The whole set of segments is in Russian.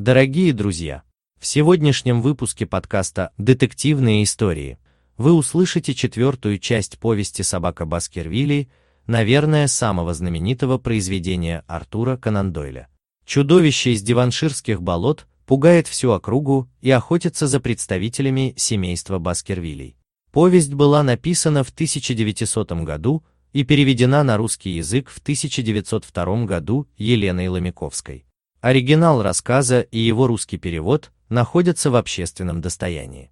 Дорогие друзья, в сегодняшнем выпуске подкаста «Детективные истории» вы услышите четвертую часть повести «Собака Баскервилей», наверное, самого знаменитого произведения Артура Конан Дойля. Чудовище из Девонширских болот пугает всю округу и охотится за представителями семейства Баскервилей. Повесть была написана в 1900 году и переведена на русский язык в 1902 году Еленой Ломяковской. Оригинал рассказа и его русский перевод находятся в общественном достоянии.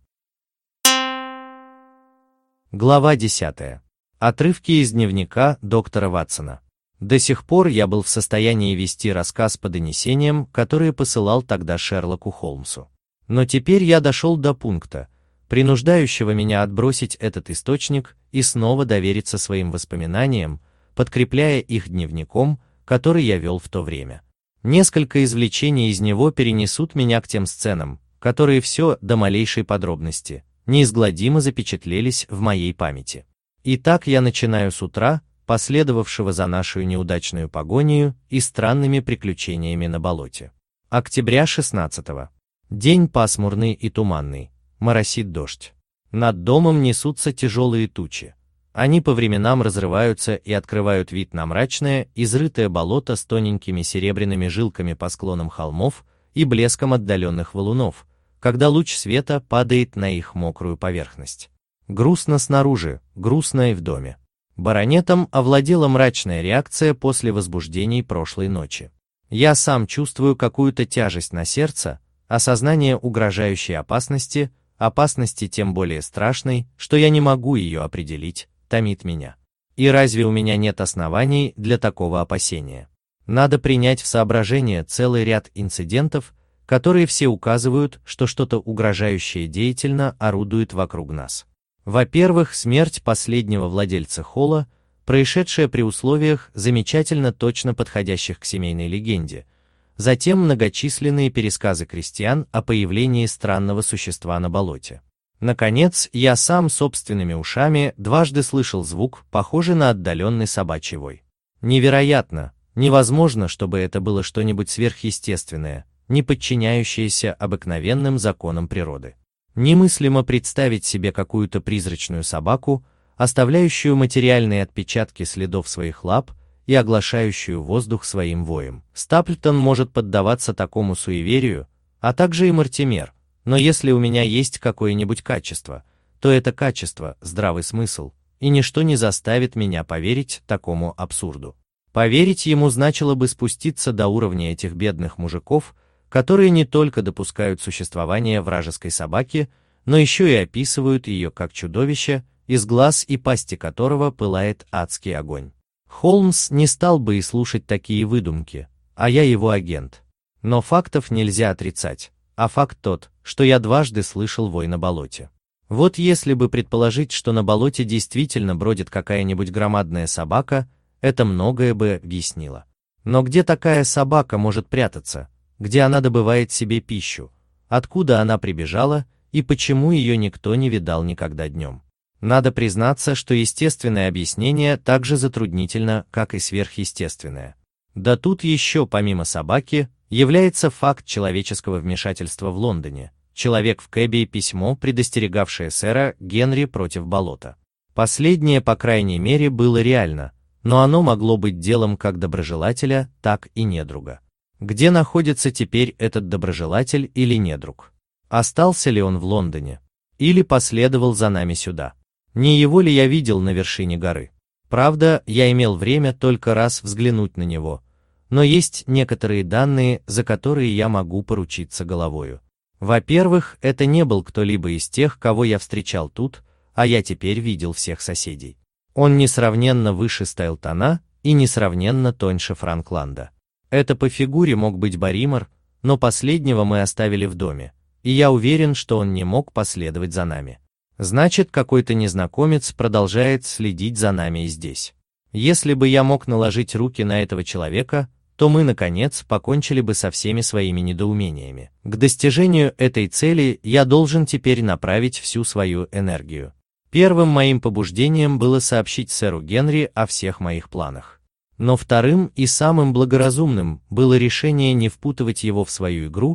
Глава 10. Отрывки из дневника доктора Ватсона. До сих пор я был в состоянии вести рассказ по донесениям, которые посылал тогда Шерлоку Холмсу. Но теперь я дошел до пункта, принуждающего меня отбросить этот источник и снова довериться своим воспоминаниям, подкрепляя их дневником, который я вел в то время. Несколько извлечений из него перенесут меня к тем сценам, которые все до малейшей подробности неизгладимо запечатлелись в моей памяти. Итак, я начинаю с утра, последовавшего за нашу неудачную погонью и странными приключениями на болоте. Октября 16-го. День пасмурный и туманный, моросит дождь. Над домом несутся тяжелые тучи. Они по временам разрываются и открывают вид на мрачное, изрытое болото с тоненькими серебряными жилками по склонам холмов и блеском отдаленных валунов, когда луч света падает на их мокрую поверхность. Грустно снаружи, грустно и в доме. Баронетом овладела мрачная реакция после возбуждений прошлой ночи. Я сам чувствую какую-то тяжесть на сердце, осознание угрожающей опасности, опасности тем более страшной, что я не могу ее определить, томит меня. И разве у меня нет оснований для такого опасения? Надо принять в соображение целый ряд инцидентов, которые все указывают, что что-то угрожающее деятельно орудует вокруг нас. Во-первых, смерть последнего владельца холла, происшедшая при условиях, замечательно точно подходящих к семейной легенде. Затем многочисленные пересказы крестьян о появлении странного существа на болоте. Наконец, я сам собственными ушами дважды слышал звук, похожий на отдаленный собачий вой. Невероятно, невозможно, чтобы это было что-нибудь сверхъестественное, не подчиняющееся обыкновенным законам природы. Немыслимо представить себе какую-то призрачную собаку, оставляющую материальные отпечатки следов своих лап и оглашающую воздух своим воем. Стаплтон может поддаваться такому суеверию, а также и Мортимер. Но если у меня есть какое-нибудь качество, то это качество – здравый смысл, и ничто не заставит меня поверить такому абсурду. Поверить ему значило бы спуститься до уровня этих бедных мужиков, которые не только допускают существование вражеской собаки, но еще и описывают ее как чудовище, из глаз и пасти которого пылает адский огонь. Холмс не стал бы и слушать такие выдумки, а я его агент. Но фактов нельзя отрицать. А факт тот, что я дважды слышал вой на болоте. Вот если бы предположить, что на болоте действительно бродит какая-нибудь громадная собака, это многое бы объяснило. Но где такая собака может прятаться? Где она добывает себе пищу? Откуда она прибежала и почему ее никто не видал никогда днем? Надо признаться, что естественное объяснение так же затруднительно, как и сверхъестественное. Да тут еще помимо собаки является факт человеческого вмешательства в Лондоне, человек в кэбе и письмо, предостерегавшее сэра Генри против болота. Последнее, по крайней мере, было реально, но оно могло быть делом как доброжелателя, так и недруга. Где находится теперь этот доброжелатель или недруг? Остался ли он в Лондоне? Или последовал за нами сюда? Не его ли я видел на вершине горы? Правда, я имел время только раз взглянуть на него, но есть некоторые данные, за которые я могу поручиться головою. Во-первых, это не был кто-либо из тех, кого я встречал тут, а я теперь видел всех соседей. Он несравненно выше Стайлтона и несравненно тоньше Франкланда. Это по фигуре мог быть Барримор, но последнего мы оставили в доме, и я уверен, что он не мог последовать за нами. Значит, какой-то незнакомец продолжает следить за нами и здесь. Если бы я мог наложить руки на этого человека, то мы, наконец, покончили бы со всеми своими недоумениями. К достижению этой цели я должен теперь направить всю свою энергию. Первым моим побуждением было сообщить сэру Генри о всех моих планах. Но вторым и самым благоразумным было решение не впутывать его в свою игру,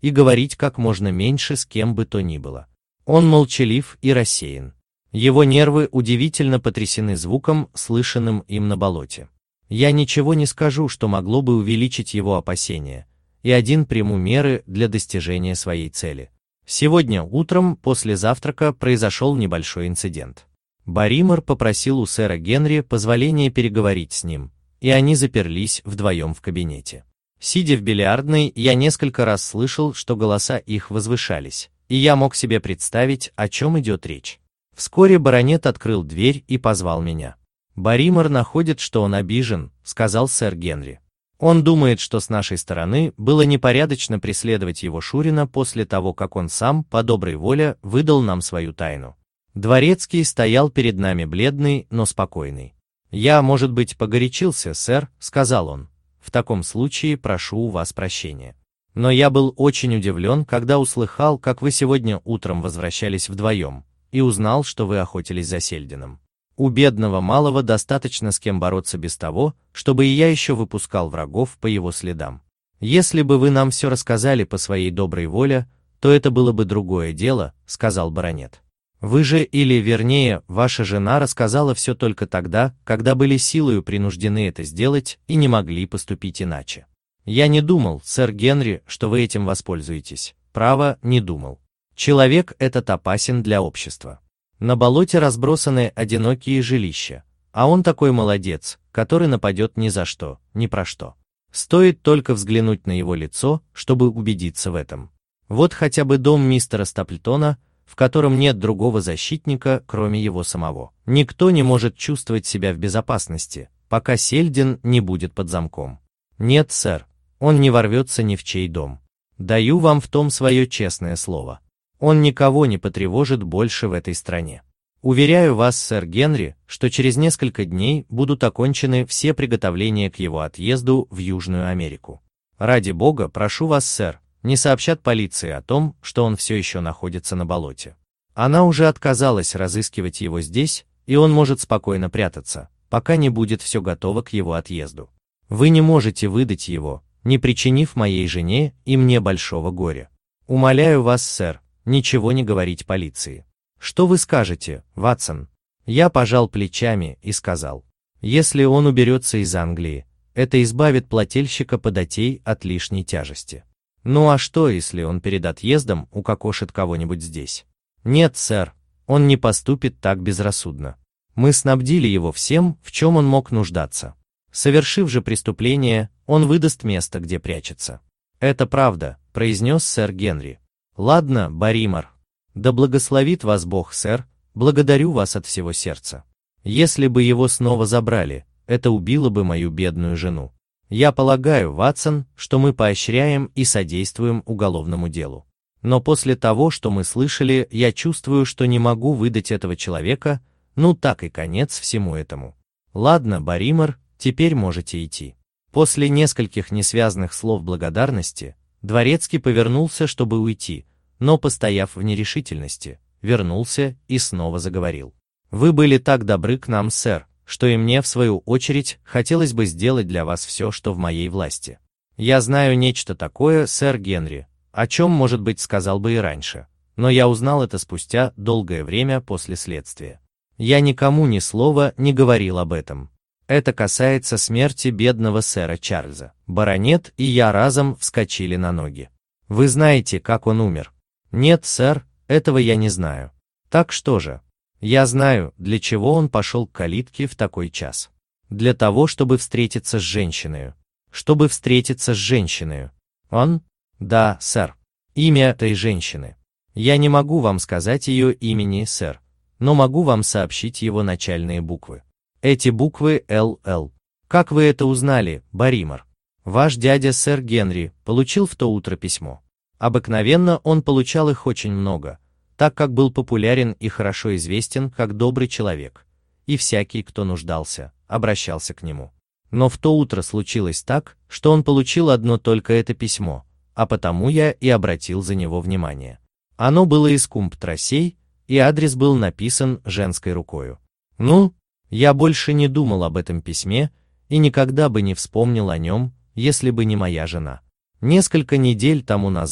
и говорить как можно меньше с кем бы то ни было. Он молчалив и рассеян. Его нервы удивительно потрясены звуком, слышанным им на болоте. Я ничего не скажу, что могло бы увеличить его опасения, и один приму меры для достижения своей цели. Сегодня утром после завтрака произошел небольшой инцидент. Барримор попросил у сэра Генри позволения переговорить с ним, и они заперлись вдвоем в кабинете. Сидя в бильярдной, я несколько раз слышал, что голоса их возвышались, и я мог себе представить, о чем идет речь. Вскоре баронет открыл дверь и позвал меня. «Барримор находит, что он обижен», — сказал сэр Генри. «Он думает, что с нашей стороны было непорядочно преследовать его Шурина после того, как он сам, по доброй воле, выдал нам свою тайну». Дворецкий стоял перед нами бледный, но спокойный. «Я, может быть, погорячился, сэр», — сказал он. «В таком случае прошу у вас прощения. Но я был очень удивлен, когда услыхал, как вы сегодня утром возвращались вдвоем, и узнал, что вы охотились за Сельдином. У бедного малого достаточно с кем бороться без того, чтобы и я еще выпускал врагов по его следам. Если бы вы нам все рассказали по своей доброй воле, то это было бы другое дело», — сказал баронет. «Вы же, или вернее, ваша жена рассказала все только тогда, когда были силою принуждены это сделать и не могли поступить иначе. Я не думал, сэр Генри, что вы этим воспользуетесь. Право, не думал. Человек этот опасен для общества. На болоте разбросаны одинокие жилища, а он такой молодец, который нападет ни за что, ни про что. Стоит только взглянуть на его лицо, чтобы убедиться в этом. Вот хотя бы дом мистера Стаплтона, в котором нет другого защитника, кроме его самого. Никто не может чувствовать себя в безопасности, пока Сельдин не будет под замком. Нет, сэр, он не ворвется ни в чей дом. Даю вам в том свое честное слово. Он никого не потревожит больше в этой стране. Уверяю вас, сэр Генри, что через несколько дней будут окончены все приготовления к его отъезду в Южную Америку. Ради бога, прошу вас, сэр, не сообщат полиции о том, что он все еще находится на болоте. Она уже отказалась разыскивать его здесь, и он может спокойно прятаться, пока не будет все готово к его отъезду. Вы не можете выдать его, не причинив моей жене и мне большого горя. Умоляю вас, сэр, ничего не говорить полиции. Что вы скажете, Ватсон? Я пожал плечами и сказал: если он уберется из Англии, это избавит плательщика податей от лишней тяжести. Ну а что, если он перед отъездом укокошит кого-нибудь здесь? Нет, сэр, он не поступит так безрассудно. Мы снабдили его всем, в чем он мог нуждаться. Совершив же преступление, он выдаст место, где прячется. Это правда, произнес сэр Генри. Ладно, Барримор. Да благословит вас Бог, сэр, благодарю вас от всего сердца. Если бы его снова забрали, это убило бы мою бедную жену. Я полагаю, Ватсон, что мы поощряем и содействуем уголовному делу. Но после того, что мы слышали, я чувствую, что не могу выдать этого человека, ну так и конец всему этому. Ладно, Барримор, теперь можете идти. После нескольких несвязных слов благодарности, Дворецкий повернулся, чтобы уйти, но, постояв в нерешительности, вернулся и снова заговорил. «Вы были так добры к нам, сэр, что и мне, в свою очередь, хотелось бы сделать для вас все, что в моей власти. Я знаю нечто такое, сэр Генри, о чем, может быть, сказал бы и раньше, но я узнал это спустя долгое время после следствия. Я никому ни слова не говорил об этом. Это касается смерти бедного сэра Чарльза». Баронет и я разом вскочили на ноги. «Вы знаете, как он умер?» «Нет, сэр, этого я не знаю». «Так что же?» «Я знаю, для чего он пошел к калитке в такой час. Для того, чтобы встретиться с женщиной». «Чтобы встретиться с женщиной». «Он?» «Да, сэр. Имя этой женщины. Я не могу вам сказать ее имени, сэр, но могу вам сообщить его начальные буквы. Эти буквы ЛЛ. Как вы это узнали, Барримор?» «Ваш дядя, сэр Генри, получил в то утро письмо. Обыкновенно он получал их очень много, так как был популярен и хорошо известен как добрый человек, и всякий, кто нуждался, обращался к нему. Но в то утро случилось так, что он получил одно только это письмо, а потому я и обратил за него внимание. Оно было из Кумб-Трассей, и адрес был написан женской рукою. Ну, я больше не думал об этом письме и никогда бы не вспомнил о нем, если бы не моя жена. Несколько недель тому назад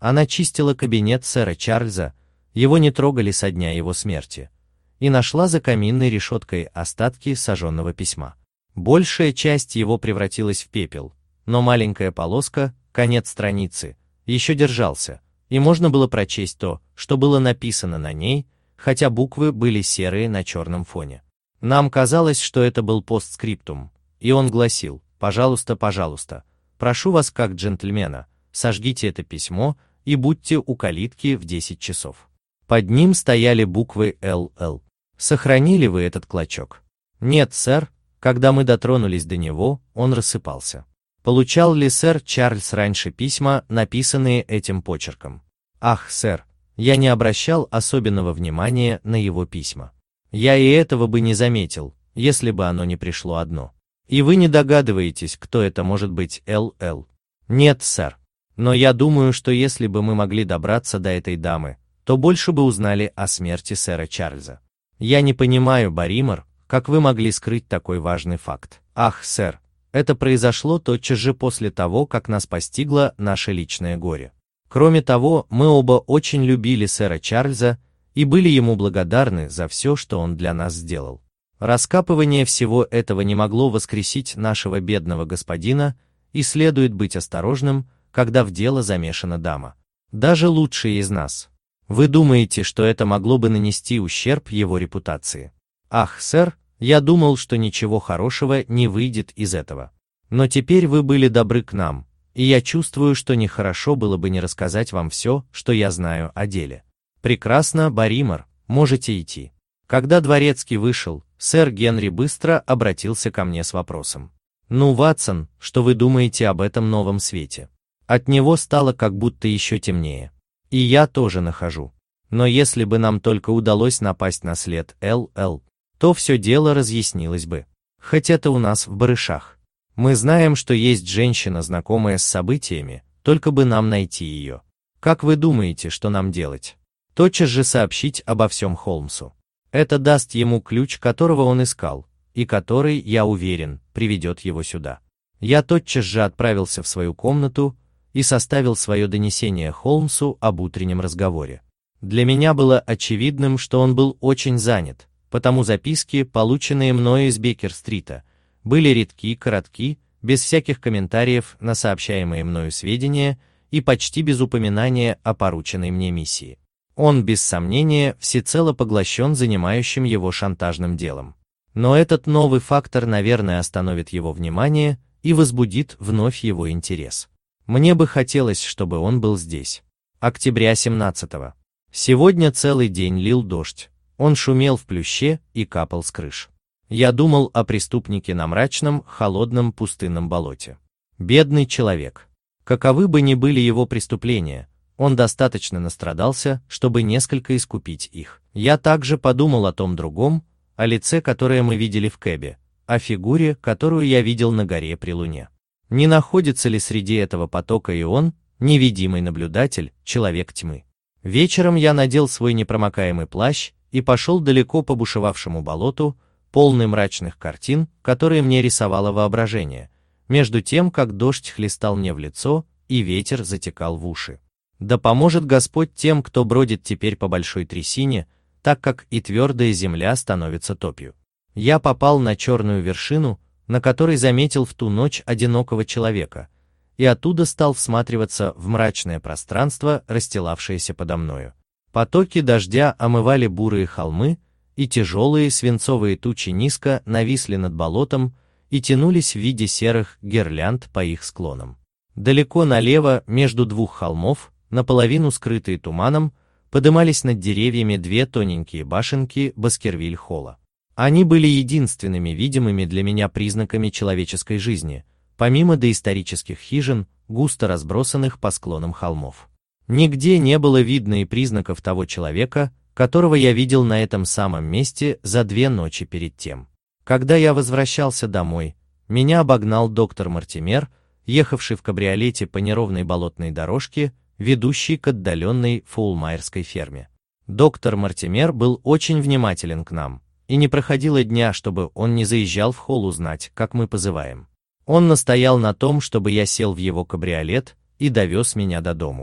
Она чистила кабинет сэра Чарльза, его не трогали со дня его смерти, и нашла за каминной решеткой остатки сожженного письма. Большая часть его превратилась в пепел, но маленькая полоска, конец страницы, еще держался, и можно было прочесть то, что было написано на ней, хотя буквы были серые на черном фоне. Нам казалось, что это был постскриптум, и он гласил: «Пожалуйста, пожалуйста, прошу вас как джентльмена, сожгите это письмо и будьте у калитки в 10 часов». Под ним стояли буквы «ЛЛ». Сохранили вы этот клочок? Нет, сэр, когда мы дотронулись до него, он рассыпался. Получал ли сэр Чарльз раньше письма, написанные этим почерком? Ах, сэр, я не обращал особенного внимания на его письма. Я и этого бы не заметил, если бы оно не пришло одно. И вы не догадываетесь, кто это может быть, ЛЛ? Нет, сэр. Но я думаю, что если бы мы могли добраться до этой дамы, то больше бы узнали о смерти сэра Чарльза. Я не понимаю, Барримор, как вы могли скрыть такой важный факт. Ах, сэр, это произошло тотчас же после того, как нас постигло наше личное горе. Кроме того, мы оба очень любили сэра Чарльза и были ему благодарны за все, что он для нас сделал. Раскапывание всего этого не могло воскресить нашего бедного господина, и следует быть осторожным, когда в дело замешана дама. Даже лучшие из нас. Вы думаете, что это могло бы нанести ущерб его репутации? Ах, сэр, я думал, что ничего хорошего не выйдет из этого. Но теперь вы были добры к нам, и я чувствую, что нехорошо было бы не рассказать вам все, что я знаю о деле. Прекрасно, Барримор, можете идти. Когда дворецкий вышел, сэр Генри быстро обратился ко мне с вопросом. Ну, Ватсон, что вы думаете об этом новом свете? От него стало как будто еще темнее. И я тоже нахожу. Но если бы нам только удалось напасть на след ЛЛ, то все дело разъяснилось бы. Хоть это у нас в барышах. Мы знаем, что есть женщина, знакомая с событиями, только бы нам найти ее. Как вы думаете, что нам делать? Тотчас же сообщить обо всем Холмсу. Это даст ему ключ, которого он искал, и который, я уверен, приведет его сюда. Я тотчас же отправился в свою комнату и составил свое донесение Холмсу об утреннем разговоре. Для меня было очевидным, что он был очень занят, потому записки, полученные мною из Бейкер-стрита, были редки, коротки, без всяких комментариев на сообщаемые мною сведения и почти без упоминания о порученной мне миссии. Он, без сомнения, всецело поглощен занимающим его шантажным делом. Но этот новый фактор, наверное, остановит его внимание и возбудит вновь его интерес. Мне бы хотелось, чтобы он был здесь. Октября 17-го. Сегодня целый день лил дождь, он шумел в плюще и капал с крыш. Я думал о преступнике на мрачном, холодном, пустынном болоте. Бедный человек. Каковы бы ни были его преступления, он достаточно настрадался, чтобы несколько искупить их. Я также подумал о том другом, о лице, которое мы видели в кэбе, о фигуре, которую я видел на горе при луне. Не находится ли среди этого потока и он, невидимый наблюдатель, человек тьмы? Вечером я надел свой непромокаемый плащ и пошел далеко по бушевавшему болоту, полный мрачных картин, которые мне рисовало воображение, между тем, как дождь хлестал мне в лицо и ветер затекал в уши. Да поможет Господь тем, кто бродит теперь по большой трясине, так как и твердая земля становится топью. Я попал на черную вершину, на которой заметил в ту ночь одинокого человека, и оттуда стал всматриваться в мрачное пространство, расстилавшееся подо мною. Потоки дождя омывали бурые холмы, и тяжелые свинцовые тучи низко нависли над болотом и тянулись в виде серых гирлянд по их склонам. Далеко налево, между двух холмов, наполовину скрытые туманом, подымались над деревьями две тоненькие башенки Баскервиль-Холла. Они были единственными видимыми для меня признаками человеческой жизни, помимо доисторических хижин, густо разбросанных по склонам холмов. Нигде не было видно и признаков того человека, которого я видел на этом самом месте за 2 ночи перед тем. Когда я возвращался домой, меня обогнал доктор Мортимер, ехавший в кабриолете по неровной болотной дорожке, ведущей к отдаленной фулмайерской ферме. Доктор Мортимер был очень внимателен к нам, и не проходило дня, чтобы он не заезжал в холл узнать, как мы позываем. Он настоял на том, чтобы я сел в его кабриолет и довез меня до дому.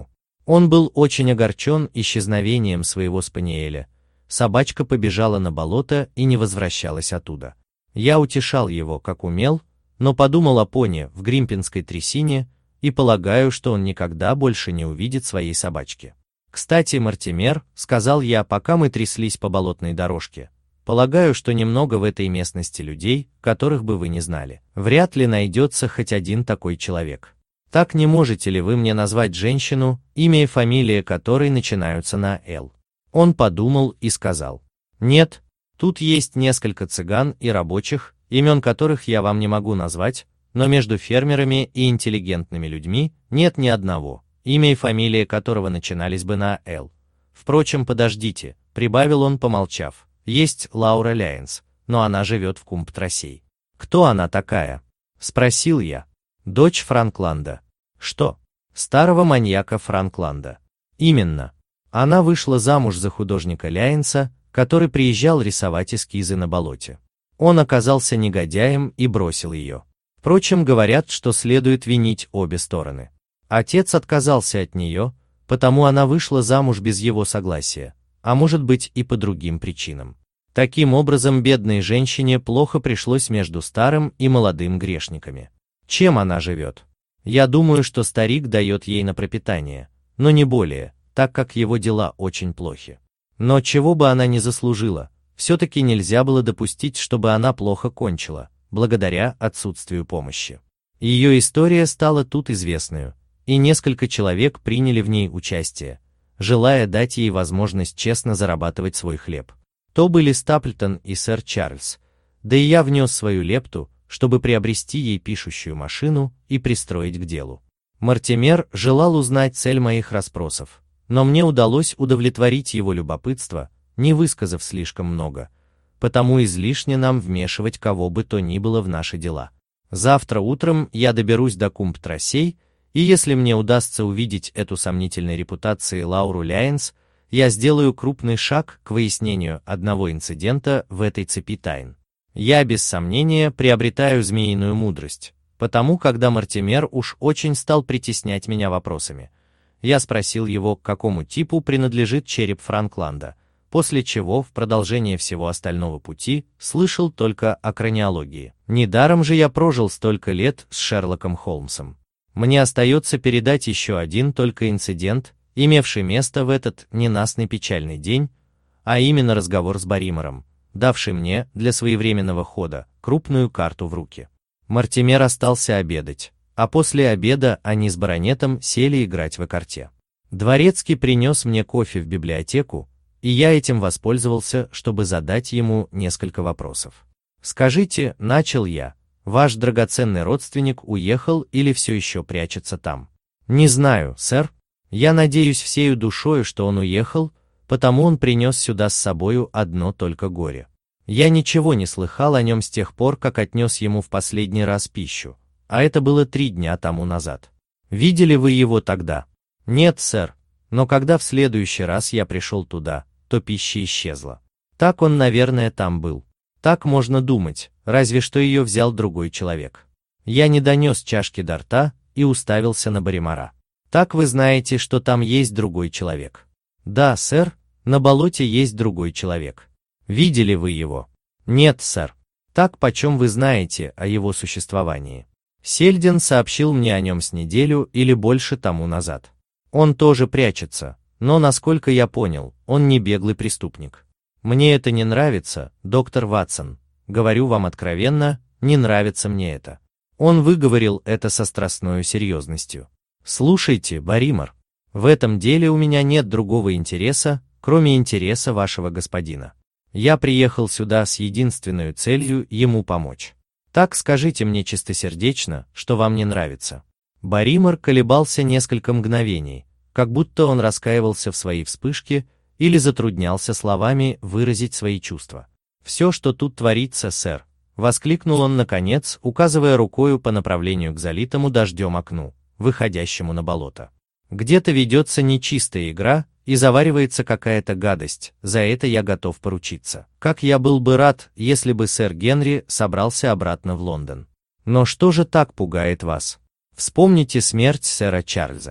Он был очень огорчен исчезновением своего спаниеля. Собачка побежала на болото и не возвращалась оттуда. Я утешал его, как умел, но подумал о пони в гримпинской трясине и полагаю, что он никогда больше не увидит своей собачки. «Кстати, Мортимер», — сказал я, пока мы тряслись по болотной дорожке, — «полагаю, что немного в этой местности людей, которых бы вы не знали. Вряд ли найдется хоть один такой человек. Так не можете ли вы мне назвать женщину, имя и фамилия которой начинаются на «Л»?» Он подумал и сказал: «Нет, тут есть несколько цыган и рабочих, имен которых я вам не могу назвать, но между фермерами и интеллигентными людьми нет ни одного, имя и фамилия которого начинались бы на «Л». Впрочем, подождите», — прибавил он, помолчав, — «есть Лаура Ляйнс, но она живет в Кумптрассей». «Кто она такая?» — спросил я. «Дочь Франкланда». «Что? Старого маньяка Франкланда?» «Именно. Она вышла замуж за художника Ляйнса, который приезжал рисовать эскизы на болоте. Он оказался негодяем и бросил ее. Впрочем, говорят, что следует винить обе стороны. Отец отказался от нее, потому она вышла замуж без его согласия, а может быть и по другим причинам. Таким образом, бедной женщине плохо пришлось между старым и молодым грешниками. Чем она живет? Я думаю, что старик дает ей на пропитание, но не более, так как его дела очень плохи. Но чего бы она ни заслужила, все-таки нельзя было допустить, чтобы она плохо кончила, благодаря отсутствию помощи. Ее история стала тут известной, и несколько человек приняли в ней участие, желая дать ей возможность честно зарабатывать свой хлеб. То были Стаплтон и сэр Чарльз, да и я внес свою лепту, чтобы приобрести ей пишущую машину и пристроить к делу. Мортимер желал узнать цель моих расспросов, но мне удалось удовлетворить его любопытство, не высказав слишком много, потому излишне нам вмешивать кого бы то ни было в наши дела. Завтра утром я доберусь до Кумптрассей, и если мне удастся увидеть эту сомнительной репутации Лауру Ляйнс, я сделаю крупный шаг к выяснению одного инцидента в этой цепи тайн. Я без сомнения приобретаю змеиную мудрость, потому когда Мортимер уж очень стал притеснять меня вопросами, я спросил его, к какому типу принадлежит череп Франкланда, после чего в продолжение всего остального пути слышал только о краниологии. Недаром же я прожил столько лет с Шерлоком Холмсом. Мне остается передать еще один только инцидент, имевший место в этот ненастный печальный день, а именно разговор с Барримором, давший мне для своевременного хода крупную карту в руки. Мортимер остался обедать, а после обеда они с баронетом сели играть в экарте. Дворецкий принес мне кофе в библиотеку, и я этим воспользовался, чтобы задать ему несколько вопросов. «Скажите», — начал я, — «ваш драгоценный родственник уехал или все еще прячется там?» «Не знаю, сэр. Я надеюсь всею душою, что он уехал, потому он принес сюда с собою одно только горе. Я ничего не слыхал о нем с тех пор, как отнес ему в последний раз пищу, а это было 3 дня тому назад. Видели вы его тогда?» «Нет, сэр, но когда в следующий раз я пришел туда, то пища исчезла. Так он, наверное, там был. Так можно думать, разве что ее взял другой человек». Я не донес чашки до рта и уставился на Барримора. «Так вы знаете, что там есть другой человек?» «Да, сэр, на болоте есть другой человек». «Видели вы его?» «Нет, сэр». «Так почем вы знаете о его существовании?» «Сельден сообщил мне о нем с неделю или больше тому назад. Он тоже прячется, но, насколько я понял, он не беглый преступник. Мне это не нравится, доктор Ватсон, говорю вам откровенно, не нравится мне это». Он выговорил это со страстной серьезностью. «Слушайте, Барримор, в этом деле у меня нет другого интереса, кроме интереса вашего господина. Я приехал сюда с единственной целью ему помочь. Так скажите мне чистосердечно, что вам не нравится». Барримор колебался несколько мгновений, как будто он раскаивался в своей вспышке или затруднялся словами выразить свои чувства. «Все, что тут творится, сэр», — воскликнул он наконец, указывая рукою по направлению к залитому дождем окну, выходящему на болото. «Где-то ведется нечистая игра и заваривается какая-то гадость, за это я готов поручиться. Как я был бы рад, если бы сэр Генри собрался обратно в Лондон. Но что же так пугает вас? Вспомните смерть сэра Чарльза.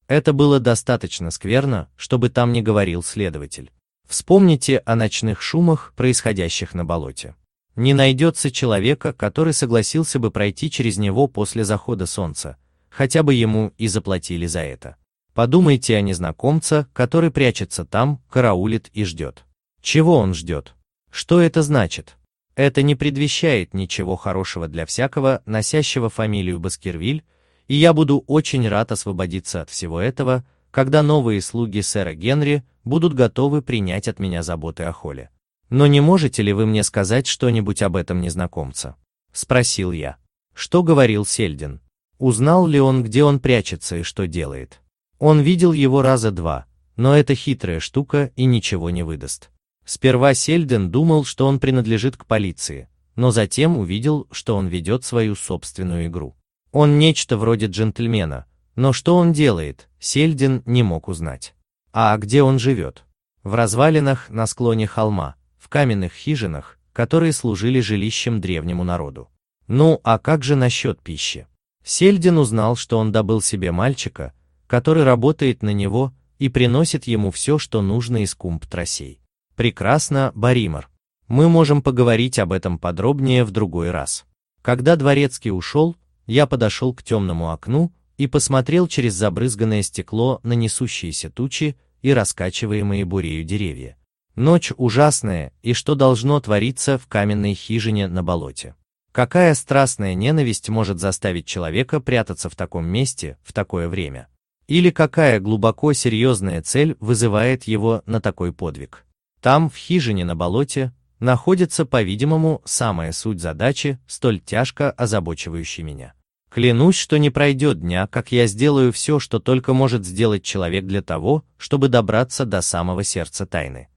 Это было достаточно скверно, чтобы там не говорил следователь. Вспомните о ночных шумах, происходящих на болоте. Не найдется человека, который согласился бы пройти через него после захода солнца, хотя бы ему и заплатили за это. Подумайте о незнакомце, который прячется там, караулит и ждет. Чего он ждет? Что это значит? Это не предвещает ничего хорошего для всякого, носящего фамилию Баскервиль, и я буду очень рад освободиться от всего этого, когда новые слуги сэра Генри будут готовы принять от меня заботы о Холле. Но не можете ли вы мне сказать что-нибудь об этом незнакомце? Спросил я. Что говорил Сельдин? Узнал ли он, где он прячется и что делает? Он видел его раза два, но это хитрая штука и ничего не выдаст. Сперва Сельдин думал, что он принадлежит к полиции, но затем увидел, что он ведет свою собственную игру. Он нечто вроде джентльмена, но что он делает, Сельдин не мог узнать. А где он живет? В развалинах на склоне холма, в каменных хижинах, которые служили жилищем древнему народу. Ну, а как же насчет пищи? Сельдин узнал, что он добыл себе мальчика, который работает на него и приносит ему все, что нужно из кумб-тросей. Прекрасно, Барримор. Мы можем поговорить об этом подробнее в другой раз. Когда дворецкий ушел, я подошел к темному окну и посмотрел через забрызганное стекло на несущиеся тучи и раскачиваемые бурею деревья. Ночь ужасная, и что должно твориться в каменной хижине на болоте? Какая страстная ненависть может заставить человека прятаться в таком месте в такое время? Или какая глубоко серьезная цель вызывает его на такой подвиг? Там, в хижине на болоте, находится, по-видимому, самая суть задачи, столь тяжко озабочивающей меня. Клянусь, что не пройдет дня, как я сделаю все, что только может сделать человек для того, чтобы добраться до самого сердца тайны.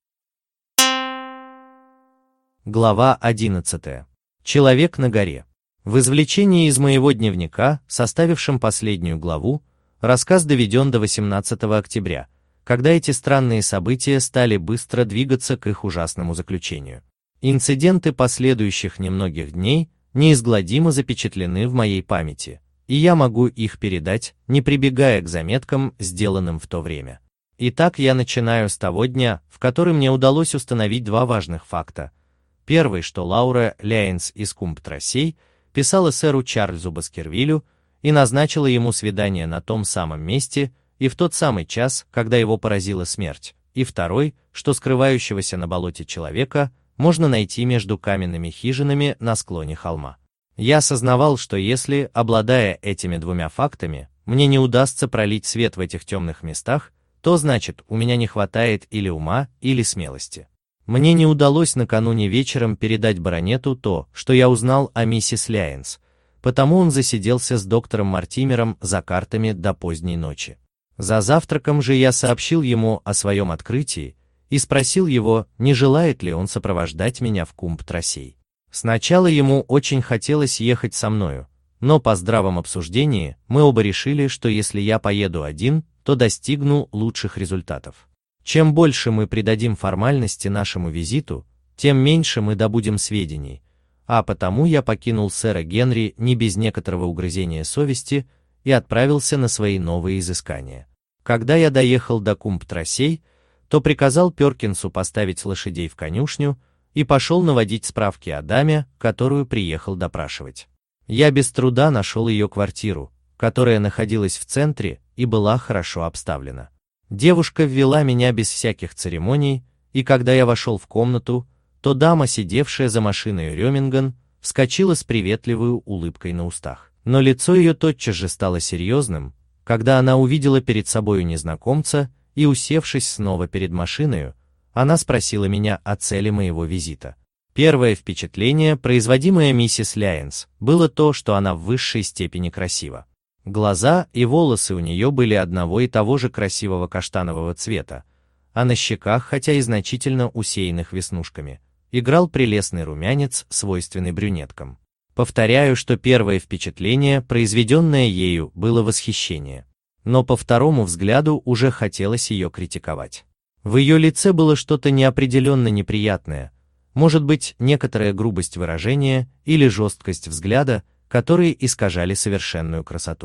Глава 11. Человек на горе. В извлечении из моего дневника, составившем последнюю главу, рассказ доведен до 18 октября, когда эти странные события стали быстро двигаться к их ужасному заключению. Инциденты последующих немногих дней неизгладимо запечатлены в моей памяти, и я могу их передать, не прибегая к заметкам, сделанным в то время. Итак, я начинаю с того дня, в который мне удалось установить два важных факта. Первый, что Лаура Ляйнс из кумб-тросей писала сэру Чарльзу Баскервилю и назначила ему свидание на том самом месте и в тот самый час, когда его поразила смерть. И второй, что скрывающегося на болоте человека можно найти между каменными хижинами на склоне холма. Я осознавал, что если, обладая этими двумя фактами, мне не удастся пролить свет в этих темных местах, то значит, у меня не хватает или ума, или смелости. Мне не удалось накануне вечером передать баронету то, что я узнал о миссис Ляйнс, потому он засиделся с доктором Мортимером за картами до поздней ночи. За завтраком же я сообщил ему о своем открытии и спросил его, не желает ли он сопровождать меня в кумб-тросей. Сначала ему очень хотелось ехать со мною, но по здравом обсуждении мы оба решили, что если я поеду один, то достигну лучших результатов. Чем больше мы придадим формальности нашему визиту, тем меньше мы добудем сведений, а потому я покинул сэра Генри не без некоторого угрызения совести и отправился на свои новые изыскания. Когда я доехал до кумб-тросей, то приказал Перкинсу поставить лошадей в конюшню и пошел наводить справки о даме, которую приехал допрашивать. Я без труда нашел ее квартиру, которая находилась в центре и была хорошо обставлена. Девушка ввела меня без всяких церемоний, и когда я вошел в комнату, то дама, сидевшая за машиной Реминган, вскочила с приветливой улыбкой на устах. Но лицо ее тотчас же стало серьезным, когда она увидела перед собою незнакомца, и, усевшись снова перед машиною, она спросила меня о цели моего визита. Первое впечатление, производимое миссис Ляйнс, было то, что она в высшей степени красива. Глаза и волосы у нее были одного и того же красивого каштанового цвета, а на щеках, хотя и значительно усеянных веснушками, играл прелестный румянец, свойственный брюнеткам. Повторяю, что первое впечатление, произведенное ею, было восхищение. Но по второму взгляду уже хотелось ее критиковать. В ее лице было что-то неопределенно неприятное, может быть, некоторая грубость выражения или жесткость взгляда, которые искажали совершенную красоту.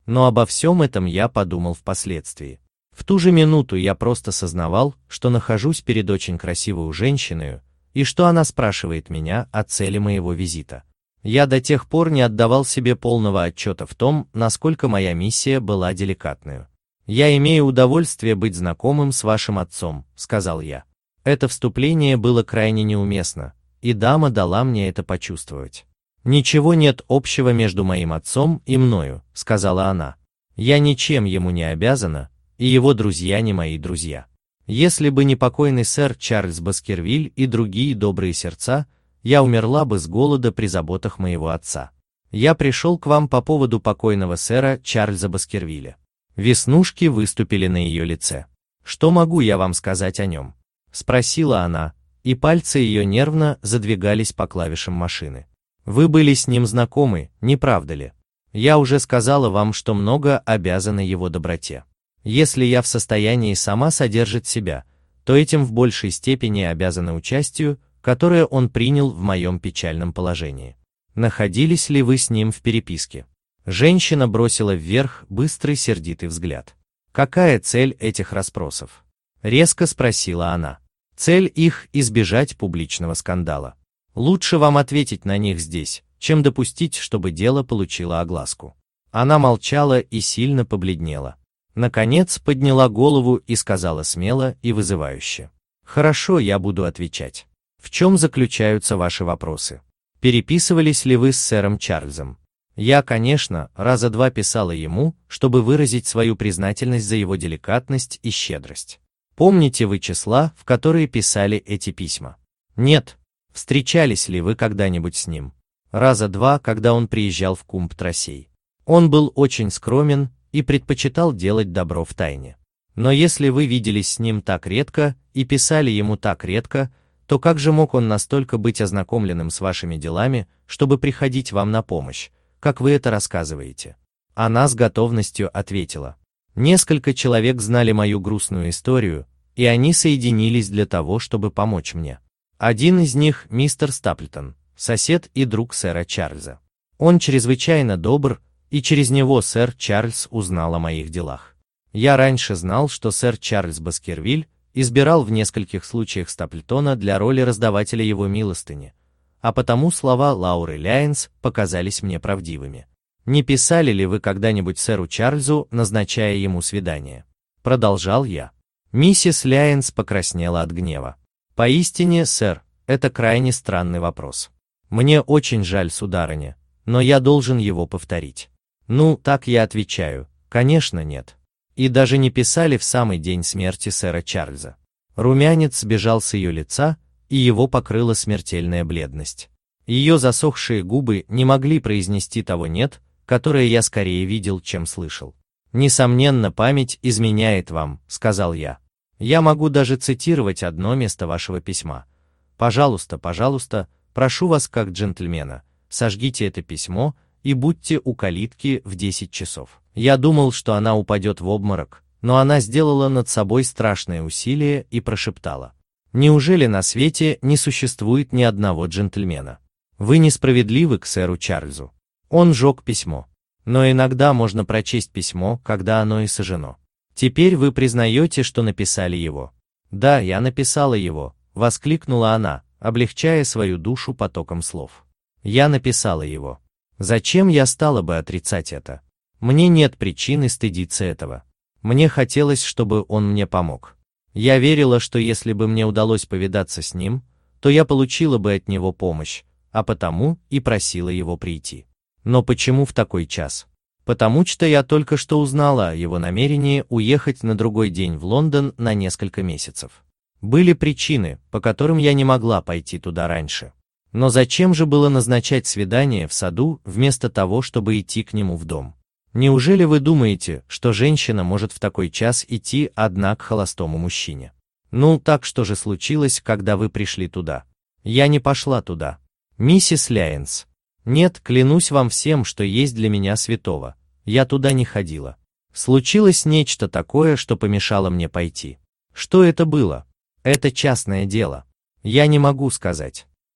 Но обо всем этом я подумал впоследствии. В ту же минуту я просто сознавал, что нахожусь перед очень красивой женщиной, и что она спрашивает меня о цели моего визита. Я до тех пор не отдавал себе полного отчета в том, насколько моя миссия была деликатной. «Я имею удовольствие быть знакомым с вашим отцом», — сказал я. Это вступление было крайне неуместно, и дама дала мне это почувствовать. «Ничего нет общего между моим отцом и мною», — сказала она. «Я ничем ему не обязана, и его друзья не мои друзья. Если бы не покойный сэр Чарльз Баскервиль и другие добрые сердца, я умерла бы с голода при заботах моего отца. Я пришел к вам по поводу покойного сэра Чарльза Баскервилля». Веснушки выступили на ее лице. «Что могу я вам сказать о нем?» — спросила она, и пальцы ее нервно задвигались по клавишам машины. «Вы были с ним знакомы, не правда ли? Я уже сказала вам, что много обязана его доброте. Если я в состоянии сама содержать себя, то этим в большей степени обязана участию, которое он принял в моем печальном положении. Находились ли вы с ним в переписке?» Женщина бросила вверх быстрый сердитый взгляд. «Какая цель этих расспросов?» — резко спросила она. «Цель их — избежать публичного скандала. Лучше вам ответить на них здесь, чем допустить, чтобы дело получило огласку». Она молчала и сильно побледнела. Наконец подняла голову и сказала смело и вызывающе: «Хорошо, я буду отвечать. В чем заключаются ваши вопросы? Переписывались ли вы с сэром Чарльзом?» Я, конечно, раза два писала ему, чтобы выразить свою признательность за его деликатность и щедрость. Помните вы числа, в которые писали эти письма? Нет. Встречались ли вы когда-нибудь с ним? Раза два, когда он приезжал в Кумб-Трассей. Он был очень скромен и предпочитал делать добро в тайне. Но если вы виделись с ним так редко и писали ему так редко, то как же мог он настолько быть ознакомленным с вашими делами, чтобы приходить вам на помощь, как вы это рассказываете?» Она с готовностью ответила: «Несколько человек знали мою грустную историю, и они соединились для того, чтобы помочь мне. Один из них — мистер Стаплтон, сосед и друг сэра Чарльза. Он чрезвычайно добр, и через него сэр Чарльз узнал о моих делах. Я раньше знал, что сэр Чарльз Баскервиль избирал в нескольких случаях Стаплтона для роли раздавателя его милостыни, а потому слова Лауры Ляйнс показались мне правдивыми. Не писали ли вы когда-нибудь сэру Чарльзу, назначая ему свидание?» Продолжал я. Миссис Ляйнс покраснела от гнева. «Поистине, сэр, это крайне странный вопрос. Мне очень жаль, сударыня, но я должен его повторить». «Ну, так я отвечаю, конечно, нет. И даже не писали в самый день смерти сэра Чарльза». Румянец сбежал с ее лица, и его покрыла смертельная бледность. Ее засохшие губы не могли произнести того «нет», которое я скорее видел, чем слышал. «Несомненно, память изменяет вам», — сказал я. «Я могу даже цитировать одно место вашего письма. Пожалуйста, пожалуйста, прошу вас как джентльмена, сожгите это письмо и будьте у калитки в 10 часов». Я думал, что она упадет в обморок, но она сделала над собой страшное усилие и прошептала: «Неужели на свете не существует ни одного джентльмена? Вы несправедливы к сэру Чарльзу. Он сжег письмо. Но иногда можно прочесть письмо, когда оно и сожжено. Теперь вы признаете, что написали его?» «Да, я написала его», — воскликнула она, облегчая свою душу потоком слов. «Я написала его. Зачем я стала бы отрицать это? Мне нет причины стыдиться этого. Мне хотелось, чтобы он мне помог. Я верила, что если бы мне удалось повидаться с ним, то я получила бы от него помощь, а потому и просила его прийти. Но почему в такой час? Потому что я только что узнала о его намерении уехать на другой день в Лондон на несколько месяцев. Были причины, по которым я не могла пойти туда раньше. Но зачем же было назначать свидание в саду вместо того, чтобы идти к нему в дом? Неужели вы думаете, что женщина может в такой час идти одна к холостому мужчине? Ну, так что же случилось, когда вы пришли туда? Я не пошла туда. Миссис Ляйнс. Нет, клянусь вам всем, что есть для меня святого. Я туда не ходила. Случилось нечто такое, что помешало мне пойти. Что это было? Это частное дело. Я не могу сказать.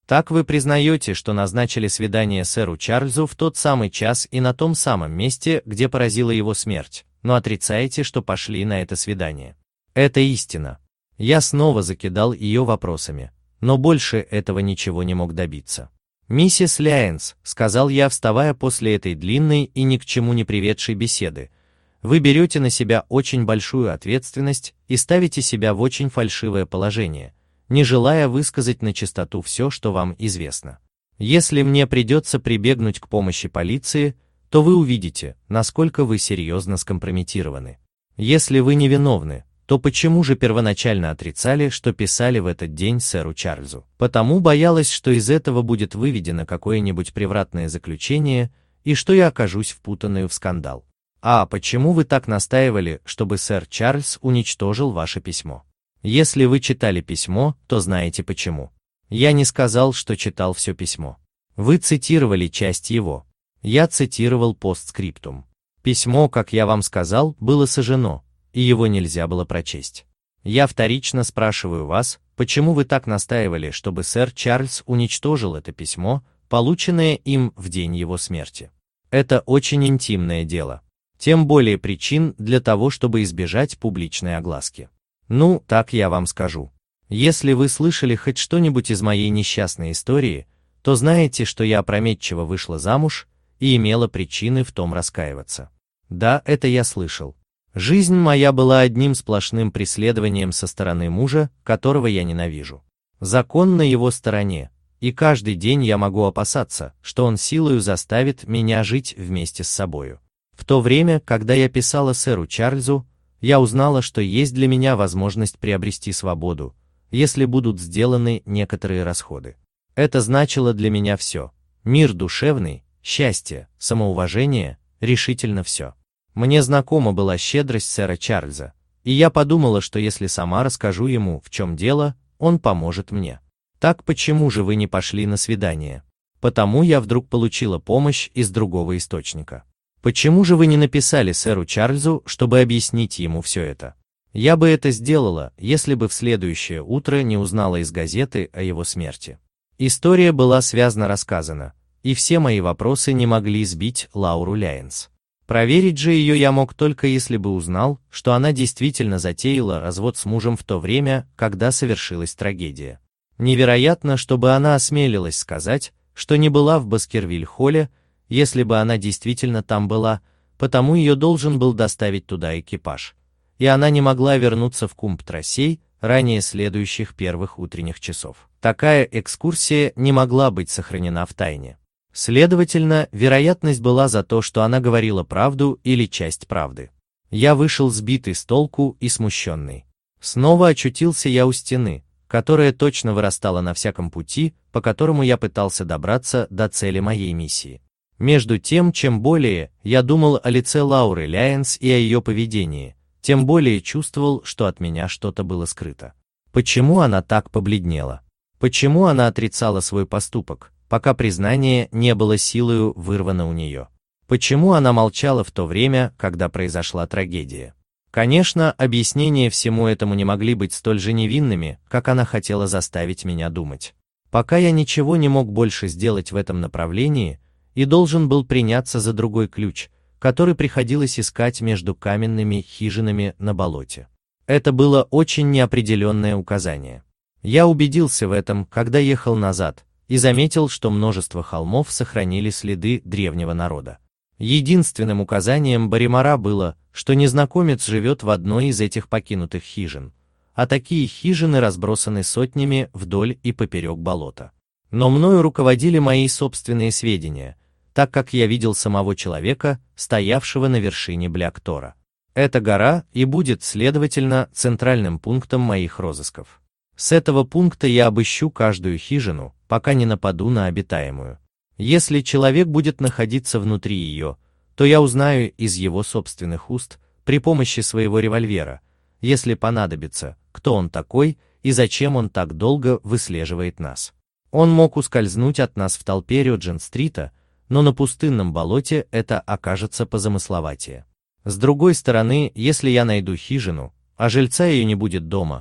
Так вы признаете, что назначили свидание сэру Чарльзу в тот самый час и на том самом месте, где поразила его смерть, но отрицаете, что пошли на это свидание. Это истина. Я снова закидал ее вопросами, но больше этого ничего не мог добиться. «Миссис Ляйнс», — сказал я, вставая после этой длинной и ни к чему не приведшей беседы, «вы берете на себя очень большую ответственность и ставите себя в очень фальшивое положение, не желая высказать на чистоту все, что вам известно. Если мне придется прибегнуть к помощи полиции, то вы увидите, насколько вы серьезно скомпрометированы. Если вы невиновны, то почему же первоначально отрицали, что писали в этот день сэру Чарльзу? Потому боялась, что из этого будет выведено какое-нибудь превратное заключение и что я окажусь впутанную в скандал. А почему вы так настаивали, чтобы сэр Чарльз уничтожил ваше письмо? Если вы читали письмо, то знаете почему. Я не сказал, что читал все письмо. Вы цитировали часть его. Я цитировал постскриптум. Письмо, как я вам сказал, было сожжено, и его нельзя было прочесть. Я вторично спрашиваю вас, почему вы так настаивали, чтобы сэр Чарльз уничтожил это письмо, полученное им в день его смерти? Это очень интимное дело. Тем более причин для того, чтобы избежать публичной огласки. Ну, так я вам скажу. Если вы слышали хоть что-нибудь из моей несчастной истории, то знаете, что я опрометчиво вышла замуж и имела причины в том раскаиваться. Да, это я слышал. Жизнь моя была одним сплошным преследованием со стороны мужа, которого я ненавижу. Закон на его стороне, и каждый день я могу опасаться, что он силою заставит меня жить вместе с собою. В то время, когда я писала сэру Чарльзу, я узнала, что есть для меня возможность приобрести свободу, если будут сделаны некоторые расходы. Это значило для меня все. Мир душевный, счастье, самоуважение, решительно все. Мне знакома была щедрость сэра Чарльза, и я подумала, что если сама расскажу ему, в чем дело, он поможет мне. Так почему же вы не пошли на свидание? Потому я вдруг получила помощь из другого источника. Почему же вы не написали сэру Чарльзу, чтобы объяснить ему все это? Я бы это сделала, если бы в следующее утро не узнала из газеты о его смерти. История была связно рассказана, и все мои вопросы не могли сбить Лауру Ляйнс. Проверить же ее я мог только если бы узнал, что она действительно затеяла развод с мужем в то время, когда совершилась трагедия. Невероятно, чтобы она осмелилась сказать, что не была в Баскервиль-холле, если бы она действительно там была, потому ее должен был доставить туда экипаж. И она не могла вернуться в Кумб-Трассей ранее следующих первых утренних часов. Такая экскурсия не могла быть сохранена в тайне. Следовательно, вероятность была за то, что она говорила правду или часть правды. Я вышел сбитый с толку и смущенный. Снова очутился я у стены, которая точно вырастала на всяком пути, по которому я пытался добраться до цели моей миссии. Между тем, чем более я думал о лице Лауры Ляйнс и о ее поведении, тем более чувствовал, что от меня что-то было скрыто. Почему она так побледнела? Почему она отрицала свой поступок, пока признание не было силою вырвано у нее? Почему она молчала в то время, когда произошла трагедия? Конечно, объяснения всему этому не могли быть столь же невинными, как она хотела заставить меня думать. Пока я ничего не мог больше сделать в этом направлении, и должен был приняться за другой ключ, который приходилось искать между каменными хижинами на болоте. Это было очень неопределенное указание. Я убедился в этом, когда ехал назад, и заметил, что множество холмов сохранили следы древнего народа. Единственным указанием Барримора было, что незнакомец живет в одной из этих покинутых хижин, а такие хижины разбросаны сотнями вдоль и поперек болота. Но мною руководили мои собственные сведения, так как я видел самого человека, стоявшего на вершине Бляк-Тора. Эта гора и будет, следовательно, центральным пунктом моих розысков. С этого пункта я обыщу каждую хижину, пока не нападу на обитаемую. Если человек будет находиться внутри ее, то я узнаю из его собственных уст, при помощи своего револьвера, если понадобится, кто он такой и зачем он так долго выслеживает нас. Он мог ускользнуть от нас в толпе Рёджент-стрита, но на пустынном болоте это окажется позамысловатее. С другой стороны, если я найду хижину, а жильца ее не будет дома,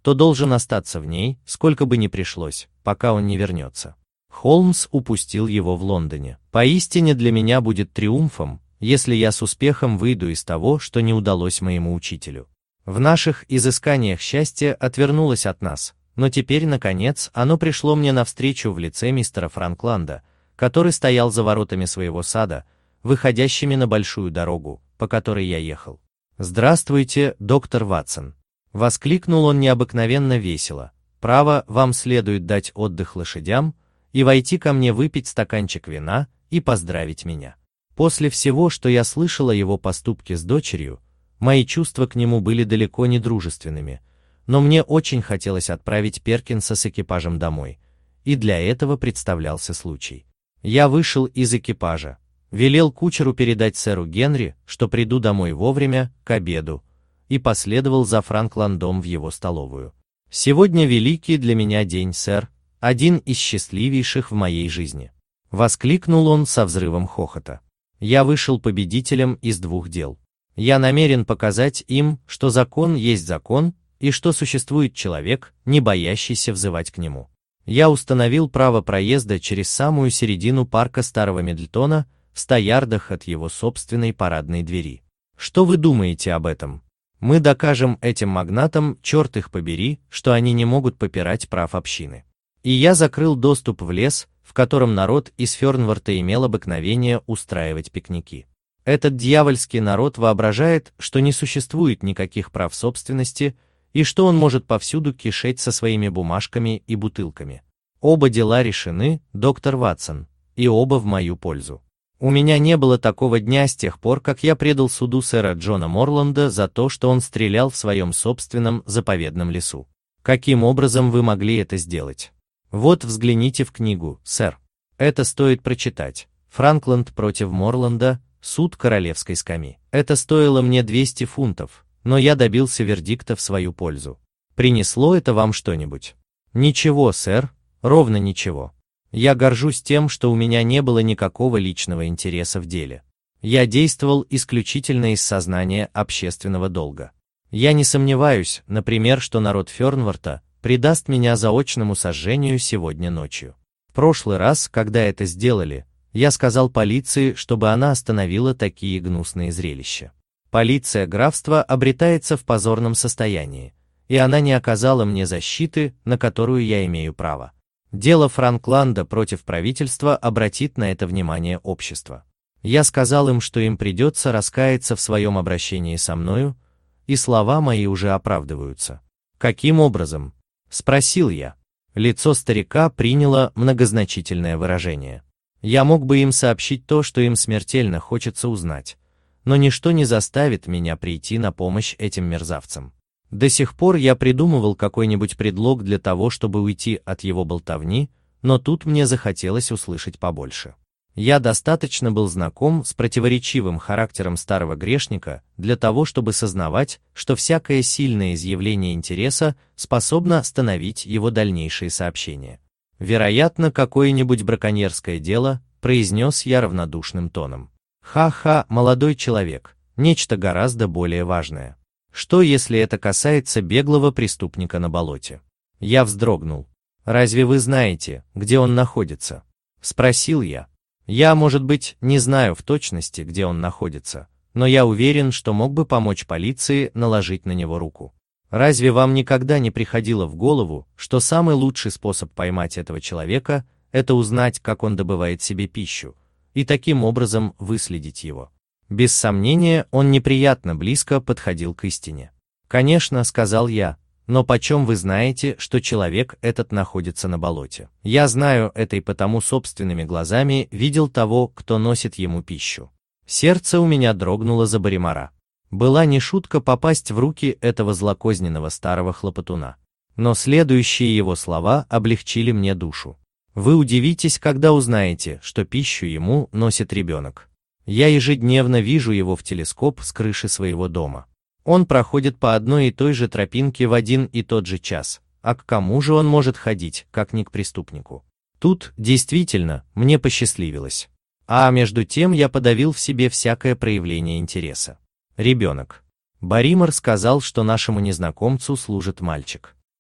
то должен остаться в ней, сколько бы ни пришлось, пока он не вернется. Холмс упустил его в Лондоне. Поистине для меня будет триумфом, если я с успехом выйду из того, что не удалось моему учителю. В наших изысканиях счастье отвернулось от нас, но теперь, наконец, оно пришло мне навстречу в лице мистера Франкланда, который стоял за воротами своего сада, выходящими на большую дорогу, по которой я ехал. «Здравствуйте, доктор Ватсон!» — воскликнул он необыкновенно весело. «Право, вам следует дать отдых лошадям и войти ко мне выпить стаканчик вина и поздравить меня». После всего, что я слышал о его поступке с дочерью, мои чувства к нему были далеко не дружественными, но мне очень хотелось отправить Перкинса с экипажем домой, и для этого представлялся случай. Я вышел из экипажа, велел кучеру передать сэру Генри, что приду домой вовремя, к обеду, и последовал за Франкландом в его столовую. «Сегодня великий для меня день, сэр, один из счастливейших в моей жизни», — воскликнул он со взрывом хохота. «Я вышел победителем из двух дел. Я намерен показать им, что закон есть закон, и что существует человек, не боящийся взывать к нему. Я установил право проезда через самую середину парка Старого Мидлтона, в 100 ярдах от его собственной парадной двери. Что вы думаете об этом? Мы докажем этим магнатам, черт их побери, что они не могут попирать прав общины. И я закрыл доступ в лес, в котором народ из Фернворта имел обыкновение устраивать пикники. Этот дьявольский народ воображает, что не существует никаких прав собственности, и что он может повсюду кишеть со своими бумажками и бутылками. Оба дела решены, доктор Ватсон, и оба в мою пользу. У меня не было такого дня с тех пор, как я предал суду сэра Джона Морланда за то, что он стрелял в своем собственном заповедном лесу. Каким образом вы могли это сделать? Вот взгляните в книгу, сэр. Это стоит прочитать. Франкланд против Морланда, суд королевской скамьи. Это стоило мне 200 фунтов, но я добился вердикта в свою пользу. Принесло это вам что-нибудь? Ничего, сэр, ровно ничего. Я горжусь тем, что у меня не было никакого личного интереса в деле. Я действовал исключительно из сознания общественного долга. Я не сомневаюсь, например, что народ Фернворта предаст меня заочному сожжению сегодня ночью. В прошлый раз, когда это сделали, я сказал полиции, чтобы она остановила такие гнусные зрелища. Полиция графства обретается в позорном состоянии, и она не оказала мне защиты, на которую я имею право. Дело Франкланда против правительства обратит на это внимание общество. Я сказал им, что им придется раскаяться в своем обращении со мною, и слова мои уже оправдываются. «Каким образом?» — спросил я. Лицо старика приняло многозначительное выражение. Я мог бы им сообщить то, что им смертельно хочется узнать, но ничто не заставит меня прийти на помощь этим мерзавцам. До сих пор я придумывал какой-нибудь предлог для того, чтобы уйти от его болтовни, но тут мне захотелось услышать побольше. Я достаточно был знаком с противоречивым характером старого грешника для того, чтобы сознавать, что всякое сильное изъявление интереса способно остановить его дальнейшие сообщения. «Вероятно, какое-нибудь браконьерское дело», — произнес я равнодушным тоном. «Ха-ха, молодой человек, нечто гораздо более важное. Что, если это касается беглого преступника на болоте?» Я вздрогнул. «Разве вы знаете, где он находится?» — спросил я. «Я, может быть, не знаю в точности, где он находится, но я уверен, что мог бы помочь полиции наложить на него руку. Разве вам никогда не приходило в голову, что самый лучший способ поймать этого человека – это узнать, как он добывает себе пищу, и таким образом выследить его?» Без сомнения, он неприятно близко подходил к истине. «Конечно», — сказал я, — «но почем вы знаете, что человек этот находится на болоте?» «Я знаю это и потому собственными глазами видел того, кто носит ему пищу». Сердце у меня дрогнуло за Боримара. Была не шутка попасть в руки этого злокозненного старого хлопотуна. Но следующие его слова облегчили мне душу. «Вы удивитесь, когда узнаете, что пищу ему носит ребенок. Я ежедневно вижу его в телескоп с крыши своего дома. Он проходит по одной и той же тропинке в один и тот же час, а к кому же он может ходить, как не к преступнику?» Тут, действительно, мне посчастливилось. А между тем я подавил в себе всякое проявление интереса. Ребенок. Боримар сказал, что нашему незнакомцу служит мальчик.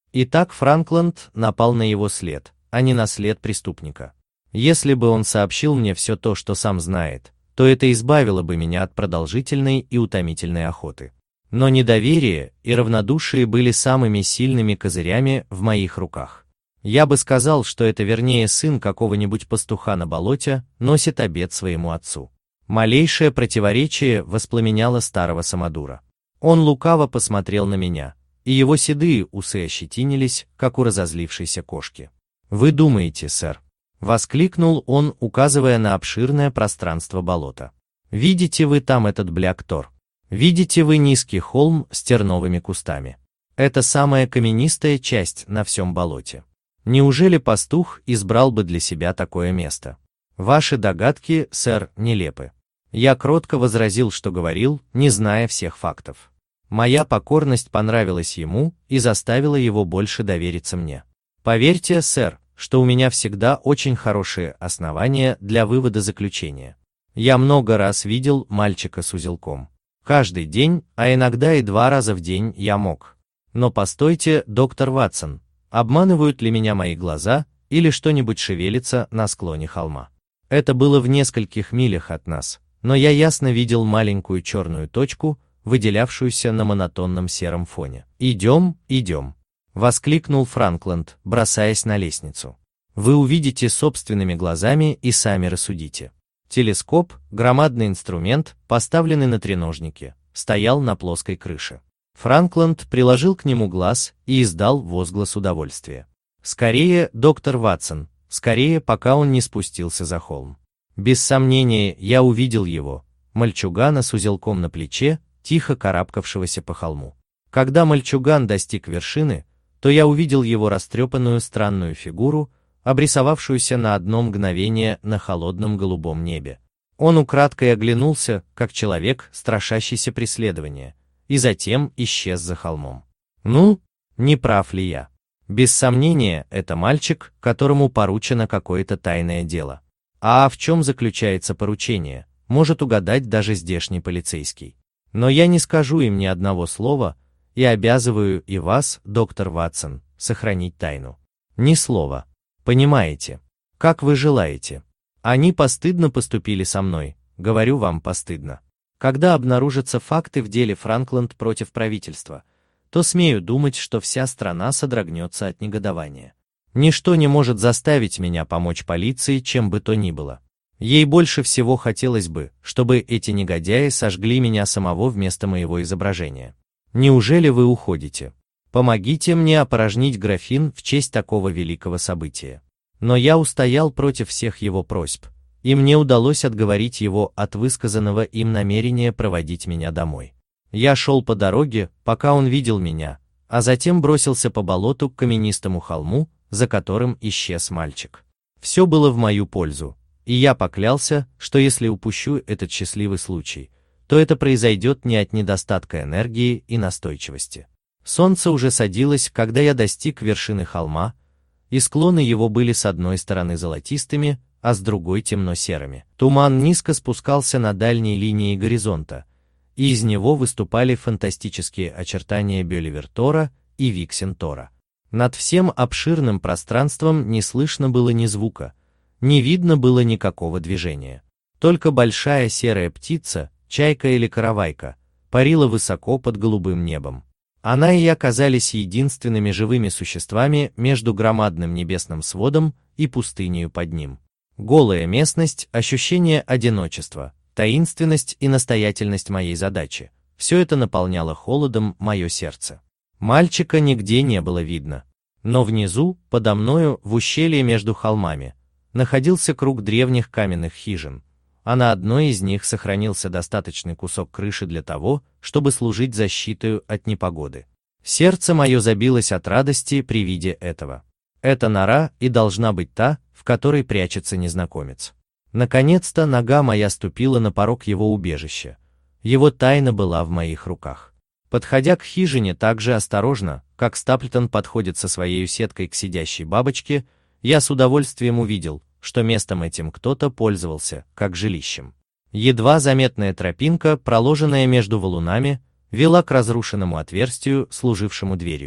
Итак, Франкланд напал на его след, а не на след преступника. Если бы он сообщил мне все то, что сам знает, то это избавило бы меня от продолжительной и утомительной охоты. Но недоверие и равнодушие были самыми сильными козырями в моих руках. Я бы сказал, что это вернее сын какого-нибудь пастуха на болоте носит обед своему отцу. Малейшее противоречие воспламеняло старого самодура. Он лукаво посмотрел на меня, и его седые усы ощетинились, как у разозлившейся кошки. «Вы думаете, сэр?» — воскликнул он, указывая на обширное пространство болота. «Видите вы там этот Блэк-Тор? Видите вы низкий холм с терновыми кустами? Это самая каменистая часть на всем болоте. Неужели пастух избрал бы для себя такое место? Ваши догадки, сэр, нелепы». Я кротко возразил, что говорил, не зная всех фактов. Моя покорность понравилась ему и заставила его больше довериться мне. Поверьте, сэр, что у меня всегда очень хорошие основания для вывода заключения. Я много раз видел мальчика с узелком. Каждый день, а иногда и 2 раза в день я мог. Но постойте, доктор Ватсон, обманывают ли меня мои глаза или что-нибудь шевелится на склоне холма? Это было в нескольких милях от нас, но я ясно видел маленькую черную точку, выделявшуюся на монотонном сером фоне. «Идем, идем!» — воскликнул Франкланд, бросаясь на лестницу. «Вы увидите собственными глазами и сами рассудите». Телескоп, громадный инструмент, поставленный на треножнике, стоял на плоской крыше. Франкланд приложил к нему глаз и издал возглас удовольствия. «Скорее, доктор Ватсон, скорее, пока он не спустился за холм». Без сомнения, я увидел его, мальчугана с узелком на плече, тихо карабкавшегося по холму. Когда мальчуган достиг вершины, то я увидел его растрепанную странную фигуру, обрисовавшуюся на одно мгновение на холодном голубом небе. Он украдкой оглянулся, как человек, страшащийся преследования, и затем исчез за холмом. Ну, не прав ли я? Без сомнения, это мальчик, которому поручено какое-то тайное дело. А в чем заключается поручение, может угадать даже здешний полицейский. Но я не скажу им ни одного слова и обязываю и вас, доктор Ватсон, сохранить тайну. Ни слова. Понимаете? Как вы желаете. Они постыдно поступили со мной, говорю вам, постыдно. Когда обнаружатся факты в деле Франкланд против правительства, то смею думать, что вся страна содрогнется от негодования. Ничто не может заставить меня помочь полиции, чем бы то ни было. Ей больше всего хотелось бы, чтобы эти негодяи сожгли меня самого вместо моего изображения. Неужели вы уходите? Помогите мне опорожнить графин в честь такого великого события. Но я устоял против всех его просьб, и мне удалось отговорить его от высказанного им намерения проводить меня домой. Я шел по дороге, пока он видел меня, а затем бросился по болоту к каменистому холму, за которым исчез мальчик. Все было в мою пользу, и я поклялся, что если упущу этот счастливый случай, то это произойдет не от недостатка энергии и настойчивости. Солнце уже садилось, когда я достиг вершины холма, и склоны его были с одной стороны золотистыми, а с другой темно-серыми. Туман низко спускался на дальней линии горизонта, и из него выступали фантастические очертания Бёливер-Тора и Виксен-Тора. Над всем обширным пространством не слышно было ни звука, не видно было никакого движения. Только большая серая птица, чайка или каравайка, парила высоко под голубым небом. Она и я казались единственными живыми существами между громадным небесным сводом и пустынею под ним. Голая местность, ощущение одиночества, таинственность и настоятельность моей задачи – все это наполняло холодом мое сердце. Мальчика нигде не было видно. Но внизу, подо мною, в ущелье между холмами, находился круг древних каменных хижин, а на одной из них сохранился достаточный кусок крыши для того, чтобы служить защитой от непогоды. Сердце мое забилось от радости при виде этого. Это нора и должна быть та, в которой прячется незнакомец. Наконец-то нога моя ступила на порог его убежища. Его тайна была в моих руках. Подходя к хижине так же осторожно, как Стаплтон подходит со своей сеткой к сидящей бабочке, я с удовольствием увидел, что местом этим кто-то пользовался, как жилищем. Едва заметная тропинка, проложенная между валунами, вела к разрушенному отверстию, служившему дверью.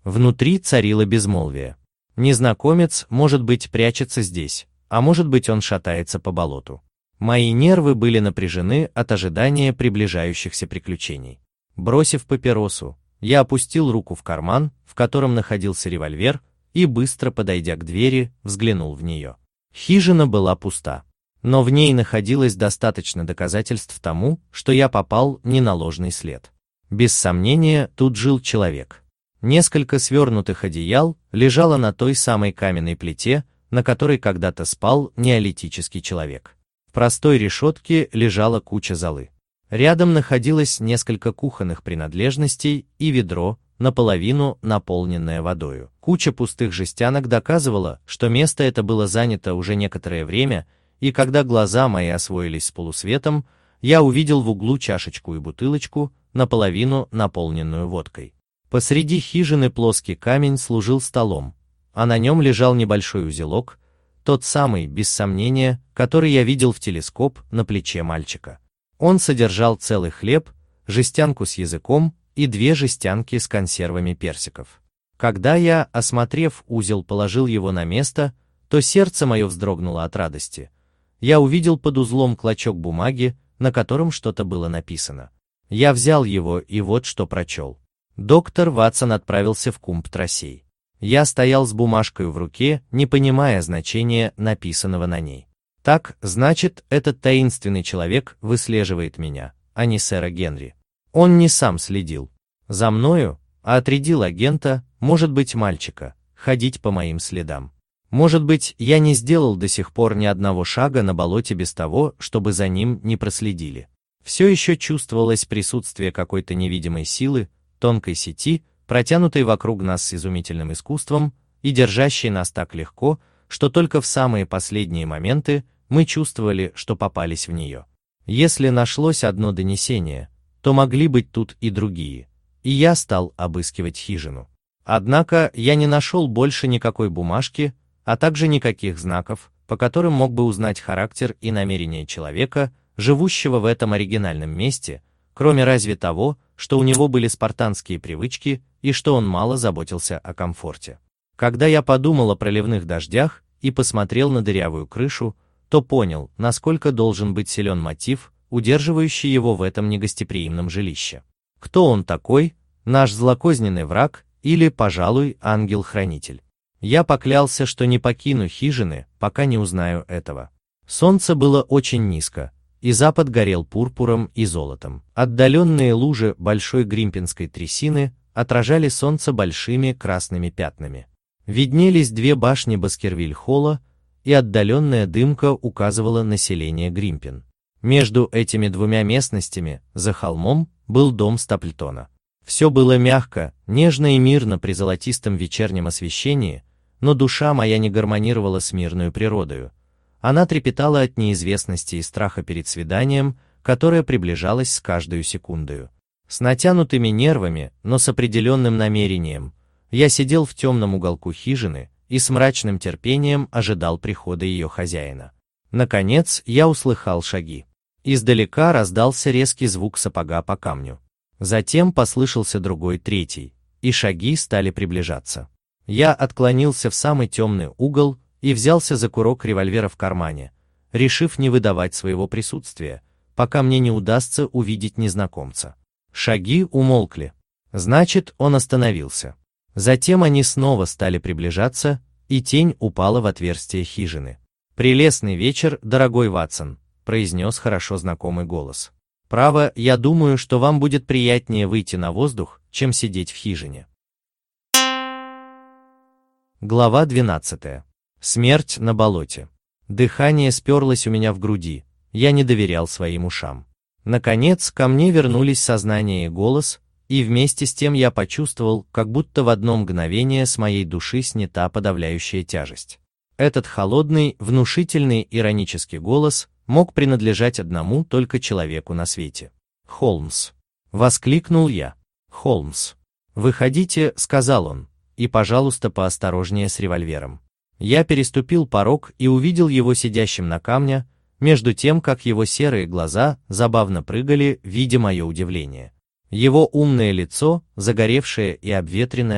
Внутри царило безмолвие. Незнакомец, может быть, прячется здесь, а может быть, он шатается по болоту. Мои нервы были напряжены от ожидания приближающихся приключений. Бросив папиросу, я опустил руку в карман, в котором находился револьвер, и, быстро подойдя к двери, взглянул в нее. Хижина была пуста. Но в ней находилось достаточно доказательств тому, что я попал не на ложный след. Без сомнения, тут жил человек. Несколько свернутых одеял лежало на той самой каменной плите, на которой когда-то спал неолитический человек. В простой решетке лежала куча золы. Рядом находилось несколько кухонных принадлежностей и ведро, наполовину наполненное водою. Куча пустых жестянок доказывала, что место это было занято уже некоторое время, и когда глаза мои освоились с полусветом, я увидел в углу чашечку и бутылочку, наполовину наполненную водкой. Посреди хижины плоский камень служил столом, а на нем лежал небольшой узелок, тот самый, без сомнения, который я видел в телескоп на плече мальчика. Он содержал целый хлеб, жестянку с языком и 2 жестянки с консервами персиков. Когда я, осмотрев узел, положил его на место, то сердце мое вздрогнуло от радости. Я увидел под узлом клочок бумаги, на котором что-то было написано. Я взял его и вот что прочел. Доктор Ватсон отправился в Кумб-Трассей. Я стоял с бумажкой в руке, не понимая значения написанного на ней. Так, значит, этот таинственный человек выслеживает меня, а не сэра Генри. Он не сам следил за мною, а отрядил агента, может быть, мальчика, ходить по моим следам. Может быть, я не сделал до сих пор ни одного шага на болоте без того, чтобы за ним не проследили. Все еще чувствовалось присутствие какой-то невидимой силы, тонкой сети, протянутой вокруг нас с изумительным искусством и держащей нас так легко, что только в самые последние моменты мы чувствовали, что попались в нее. Если нашлось одно донесение, то могли быть тут и другие, и я стал обыскивать хижину. Однако я не нашел больше никакой бумажки, а также никаких знаков, по которым мог бы узнать характер и намерения человека, живущего в этом оригинальном месте, кроме разве того, что у него были спартанские привычки и что он мало заботился о комфорте. Когда я подумал о проливных дождях и посмотрел на дырявую крышу, то понял, насколько должен быть силен мотив, удерживающий его в этом негостеприимном жилище. Кто он такой, наш злокозненный враг или, пожалуй, ангел-хранитель? Я поклялся, что не покину хижины, пока не узнаю этого. Солнце было очень низко, и запад горел пурпуром и золотом. Отдаленные лужи большой гримпинской трясины отражали солнце большими красными пятнами. Виднелись 2 башни Баскервиль-Холла, и отдаленная дымка указывала на селение Гримпин. Между этими 2 местностями, за холмом, был дом Стаплтона. Все было мягко, нежно и мирно при золотистом вечернем освещении, но душа моя не гармонировала с мирной природою. Она трепетала от неизвестности и страха перед свиданием, которое приближалось с каждой секундою. С натянутыми нервами, но с определенным намерением, я сидел в темном уголку хижины и с мрачным терпением ожидал прихода ее хозяина. Наконец я услыхал шаги. Издалека раздался резкий звук сапога по камню. Затем послышался другой, третий, и шаги стали приближаться. Я отклонился в самый темный угол и взялся за курок револьвера в кармане, решив не выдавать своего присутствия, пока мне не удастся увидеть незнакомца. Шаги умолкли. Значит, он остановился. Затем они снова стали приближаться, и тень упала в отверстие хижины. «Прелестный вечер, дорогой Ватсон», — произнес хорошо знакомый голос. «Право, я думаю, что вам будет приятнее выйти на воздух, чем сидеть в хижине». Глава 12. Смерть на болоте. Дыхание сперлось у меня в груди, я не доверял своим ушам. Наконец, ко мне вернулись сознание и голос, и вместе с тем я почувствовал, как будто в одно мгновение с моей души снята подавляющая тяжесть. Этот холодный, внушительный, иронический голос мог принадлежать одному только человеку на свете. «Холмс!» — воскликнул я. «Холмс! Выходите», — сказал он, — «и, пожалуйста, поосторожнее с револьвером». Я переступил порог и увидел его сидящим на камне, между тем, как его серые глаза забавно прыгали, видя мое удивление. Его умное лицо, загоревшее и обветренное,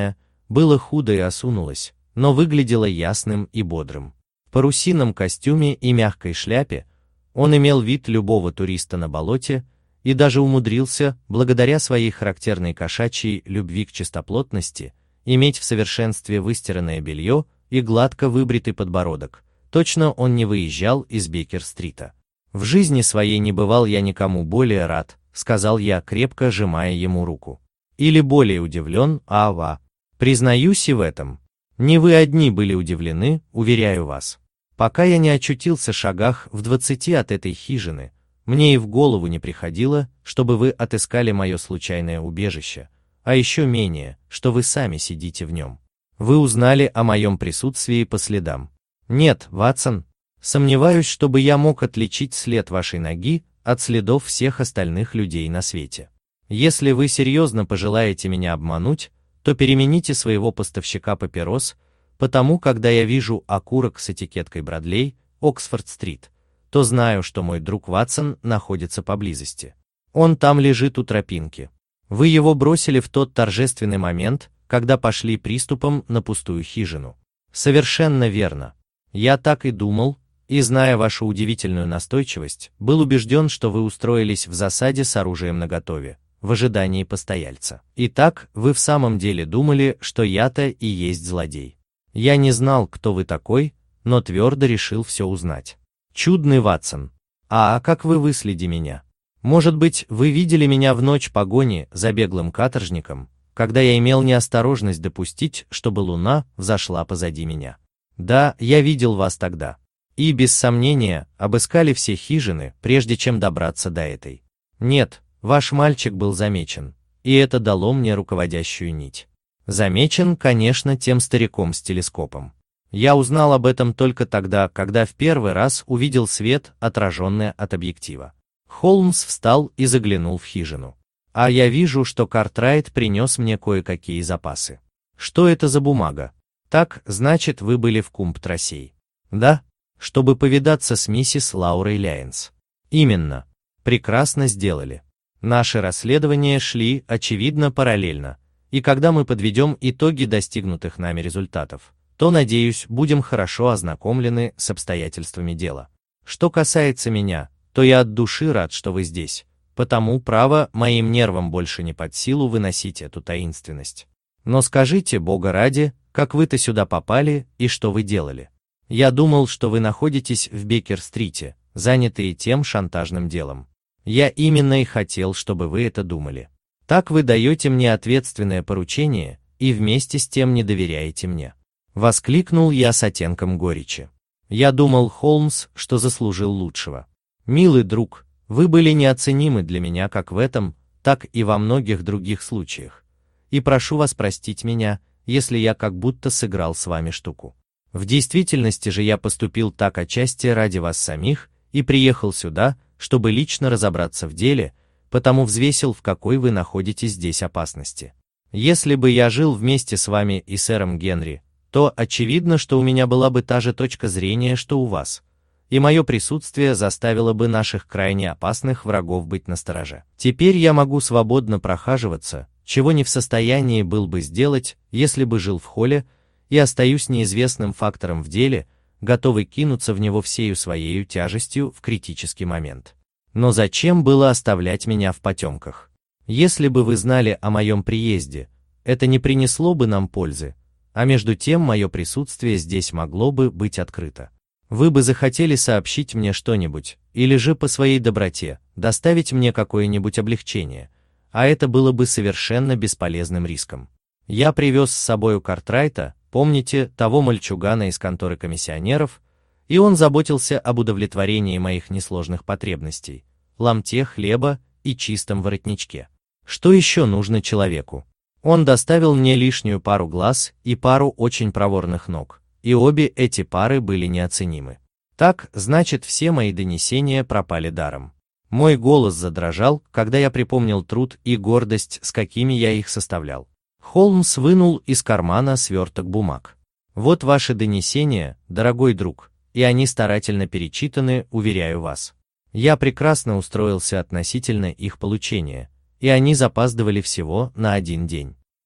было худо и осунулось, но выглядело ясным и бодрым. В парусинном костюме и мягкой шляпе он имел вид любого туриста на болоте и даже умудрился, благодаря своей характерной кошачьей любви к чистоплотности, иметь в совершенстве выстиранное белье и гладко выбритый подбородок. Точно он не выезжал из Бейкер-стрита. «В жизни своей не бывал я никому более рад», — сказал я, крепко сжимая ему руку. «Или более удивлен, ава. Признаюсь и в этом. Не вы одни были удивлены, уверяю вас. Пока я не очутился в шагах в 20 от этой хижины, мне и в голову не приходило, чтобы вы отыскали мое случайное убежище, а еще менее, что вы сами сидите в нем. Вы узнали о моем присутствии по следам. Нет, Ватсон, сомневаюсь, чтобы я мог отличить след вашей ноги от следов всех остальных людей на свете. Если вы серьезно пожелаете меня обмануть, то перемените своего поставщика папирос, потому когда я вижу окурок с этикеткой Бродлей, Оксфорд-стрит, то знаю, что мой друг Ватсон находится поблизости. Он там лежит у тропинки. Вы его бросили в тот торжественный момент, когда пошли приступом на пустую хижину. Совершенно верно. Я так и думал, и, зная вашу удивительную настойчивость, был убежден, что вы устроились в засаде с оружием наготове, в ожидании постояльца. Итак, вы в самом деле думали, что я-то и есть злодей. Я не знал, кто вы такой, но твердо решил все узнать. Чудный Ватсон. А как вы выследили меня? Может быть, вы видели меня в ночь погони за беглым каторжником, когда я имел неосторожность допустить, чтобы луна взошла позади меня? Да, я видел вас тогда. И, без сомнения, обыскали все хижины, прежде чем добраться до этой. Нет, ваш мальчик был замечен, и это дало мне руководящую нить. Замечен, конечно, тем стариком с телескопом. Я узнал об этом только тогда, когда в первый раз увидел свет, отраженный от объектива. Холмс встал и заглянул в хижину. А я вижу, что Картрайт принес мне кое-какие запасы. Что это за бумага? Так, значит, вы были в Кумб-Трассей. Да? Чтобы повидаться с миссис Лаурой Ляйнс. Именно. Прекрасно сделали. Наши расследования шли, очевидно, параллельно, и когда мы подведем итоги достигнутых нами результатов, то, надеюсь, будем хорошо ознакомлены с обстоятельствами дела. Что касается меня, то я от души рад, что вы здесь, потому, право, моим нервам больше не под силу выносить эту таинственность. Но скажите, Бога ради, как вы-то сюда попали и что вы делали? Я думал, что вы находитесь в Бейкер-стрите, занятые тем шантажным делом. Я именно и хотел, чтобы вы это думали. Так вы даете мне ответственное поручение и вместе с тем не доверяете мне. Воскликнул я с оттенком горечи. Я думал, Холмс, что заслужил лучшего. Милый друг, вы были неоценимы для меня как в этом, так и во многих других случаях. И прошу вас простить меня, если я как будто сыграл с вами штуку. В действительности же я поступил так отчасти ради вас самих и приехал сюда, чтобы лично разобраться в деле, потому взвесил, в какой вы находитесь здесь опасности. Если бы я жил вместе с вами и сэром Генри, то очевидно, что у меня была бы та же точка зрения, что у вас, и мое присутствие заставило бы наших крайне опасных врагов быть настороже. Теперь я могу свободно прохаживаться, чего не в состоянии был бы сделать, если бы жил в холле, и остаюсь неизвестным фактором в деле, готовый кинуться в него всею своею тяжестью в критический момент. Но зачем было оставлять меня в потемках? Если бы вы знали о моем приезде, это не принесло бы нам пользы, а между тем мое присутствие здесь могло бы быть открыто. Вы бы захотели сообщить мне что-нибудь, или же по своей доброте доставить мне какое-нибудь облегчение, а это было бы совершенно бесполезным риском. Я привез с собою Картрайта, помните, того мальчугана из конторы комиссионеров, и он заботился об удовлетворении моих несложных потребностей, ломте хлеба и чистом воротничке. Что еще нужно человеку? Он доставил мне лишнюю пару глаз и пару очень проворных ног, и обе эти пары были неоценимы. Так, значит, все мои донесения пропали даром. Мой голос задрожал, когда я припомнил труд и гордость, с какими я их составлял. Холмс вынул из кармана сверток бумаг. Вот ваши донесения, дорогой друг, и они старательно перечитаны, уверяю вас. Я прекрасно устроился относительно их получения, и они запаздывали всего на 1 день.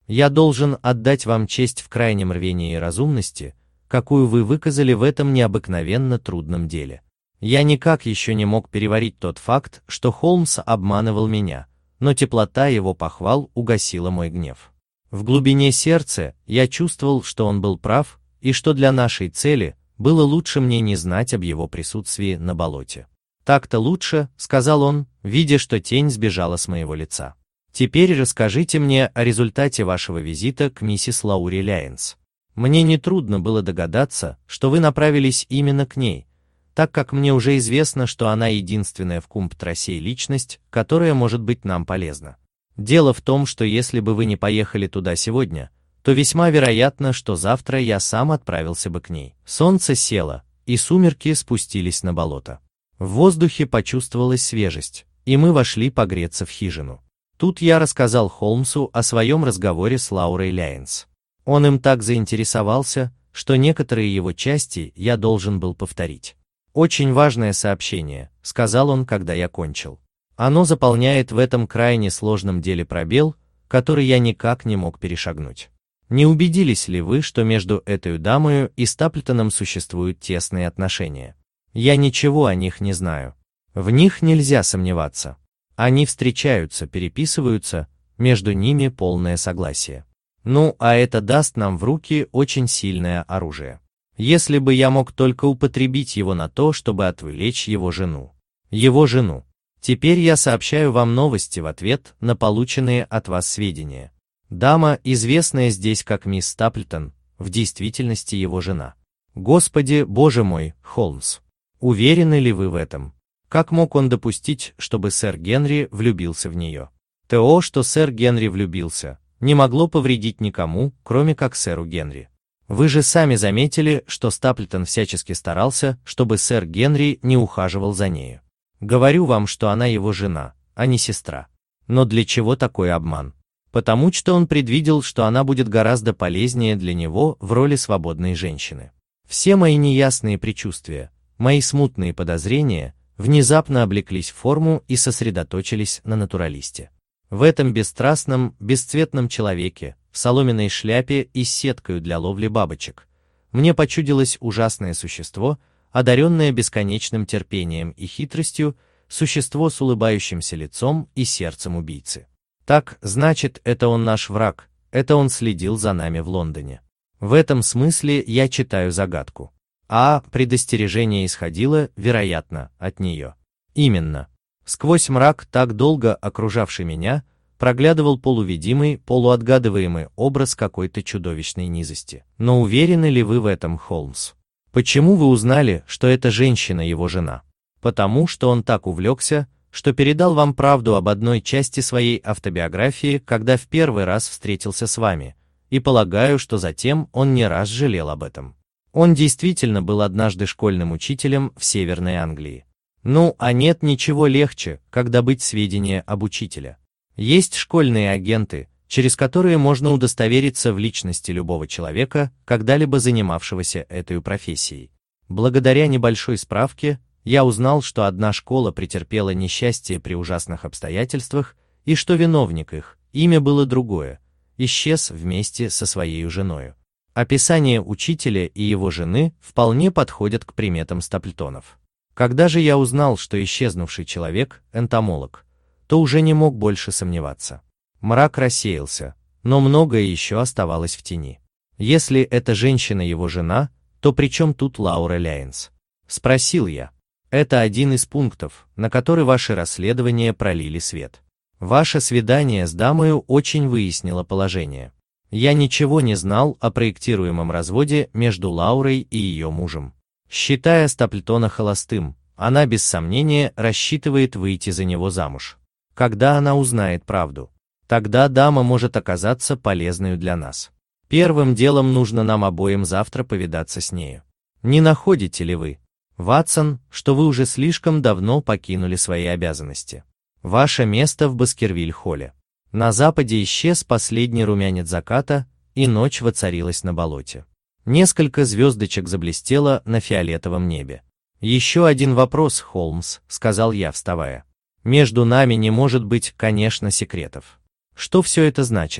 Я должен отдать вам честь в крайнем рвении и разумности, какую вы выказали в этом необыкновенно трудном деле. Я никак еще не мог переварить тот факт, что Холмс обманывал меня, но теплота его похвал угасила мой гнев. В глубине сердца я чувствовал, что он был прав, и что для нашей цели было лучше мне не знать об его присутствии на болоте. «Так-то лучше», — сказал он, видя, что тень сбежала с моего лица. «Теперь расскажите мне о результате вашего визита к миссис Лауре Ляйнс. Мне нетрудно было догадаться, что вы направились именно к ней, так как мне уже известно, что она единственная в Кумб-Трасе личность, которая может быть нам полезна. Дело в том, что если бы вы не поехали туда сегодня, то весьма вероятно, что завтра я сам отправился бы к ней». Солнце село, и сумерки спустились на болото. В воздухе почувствовалась свежесть, и мы вошли погреться в хижину. Тут я рассказал Холмсу о своем разговоре с Лаурой Ляйнс. Он им так заинтересовался, что некоторые его части я должен был повторить. «Очень важное сообщение», — сказал он, когда я кончил. «Оно заполняет в этом крайне сложном деле пробел, который я никак не мог перешагнуть. Не убедились ли вы, что между этой дамою и Стаплтоном существуют тесные отношения? Я ничего о них не знаю. В них нельзя сомневаться. Они встречаются, переписываются, между ними полное согласие. Ну, а это даст нам в руки очень сильное оружие. Если бы я мог только употребить его на то, чтобы отвлечь его жену. Его жену. Теперь я сообщаю вам новости в ответ на полученные от вас сведения. Дама, известная здесь как мисс Стаплтон, в действительности его жена. Господи, боже мой, Холмс! Уверены ли вы в этом? Как мог он допустить, чтобы сэр Генри влюбился в нее? То, что сэр Генри влюбился, не могло повредить никому, кроме как сэру Генри. Вы же сами заметили, что Стаплтон всячески старался, чтобы сэр Генри не ухаживал за нею. Говорю вам, что она его жена, а не сестра. Но для чего такой обман? Потому что он предвидел, что она будет гораздо полезнее для него в роли свободной женщины. Все мои неясные предчувствия, мои смутные подозрения внезапно облеклись в форму и сосредоточились на натуралисте. В этом бесстрастном, бесцветном человеке, в соломенной шляпе и с сеткою для ловли бабочек, мне почудилось ужасное существо, одаренное бесконечным терпением и хитростью, существо с улыбающимся лицом и сердцем убийцы. Так, значит, это он наш враг, это он следил за нами в Лондоне. В этом смысле я читаю загадку. А предостережение исходило, вероятно, от нее. Именно. Сквозь мрак, так долго окружавший меня, проглядывал полувидимый, полуотгадываемый образ какой-то чудовищной низости. Но уверены ли вы в этом, Холмс? Почему вы узнали, что эта женщина его жена? Потому что он так увлекся, что передал вам правду об одной части своей автобиографии, когда в первый раз встретился с вами, и полагаю, что затем он не раз жалел об этом. Он действительно был однажды школьным учителем в Северной Англии. Ну, а нет ничего легче, как добыть сведения об учителе. Есть школьные агенты, через которые можно удостовериться в личности любого человека, когда-либо занимавшегося этой профессией. Благодаря небольшой справке, я узнал, что одна школа претерпела несчастье при ужасных обстоятельствах, и что виновник их, имя было другое, исчез вместе со своей женою. Описание учителя и его жены вполне подходят к приметам Стаплтонов. Когда же я узнал, что исчезнувший человек – энтомолог, то уже не мог больше сомневаться. Мрак рассеялся, но многое еще оставалось в тени. Если эта женщина его жена, то при чем тут Лаура Ляйнс? Спросил я. Это один из пунктов, на который ваши расследования пролили свет. Ваше свидание с дамою очень выяснило положение. Я ничего не знал о проектируемом разводе между Лаурой и ее мужем. Считая Стаплтона холостым, она без сомнения рассчитывает выйти за него замуж. Когда она узнает правду, тогда дама может оказаться полезной для нас. Первым делом нужно нам обоим завтра повидаться с нею. Не находите ли вы, Ватсон, что вы уже слишком давно покинули свои обязанности? Ваше место в Баскервиль-холле. На западе исчез последний румянец заката, и ночь воцарилась на болоте. Несколько звездочек заблестело на фиолетовом небе. «Еще один вопрос, Холмс», — сказал я, вставая. «Между нами не может быть, конечно, секретов. Что все это значит?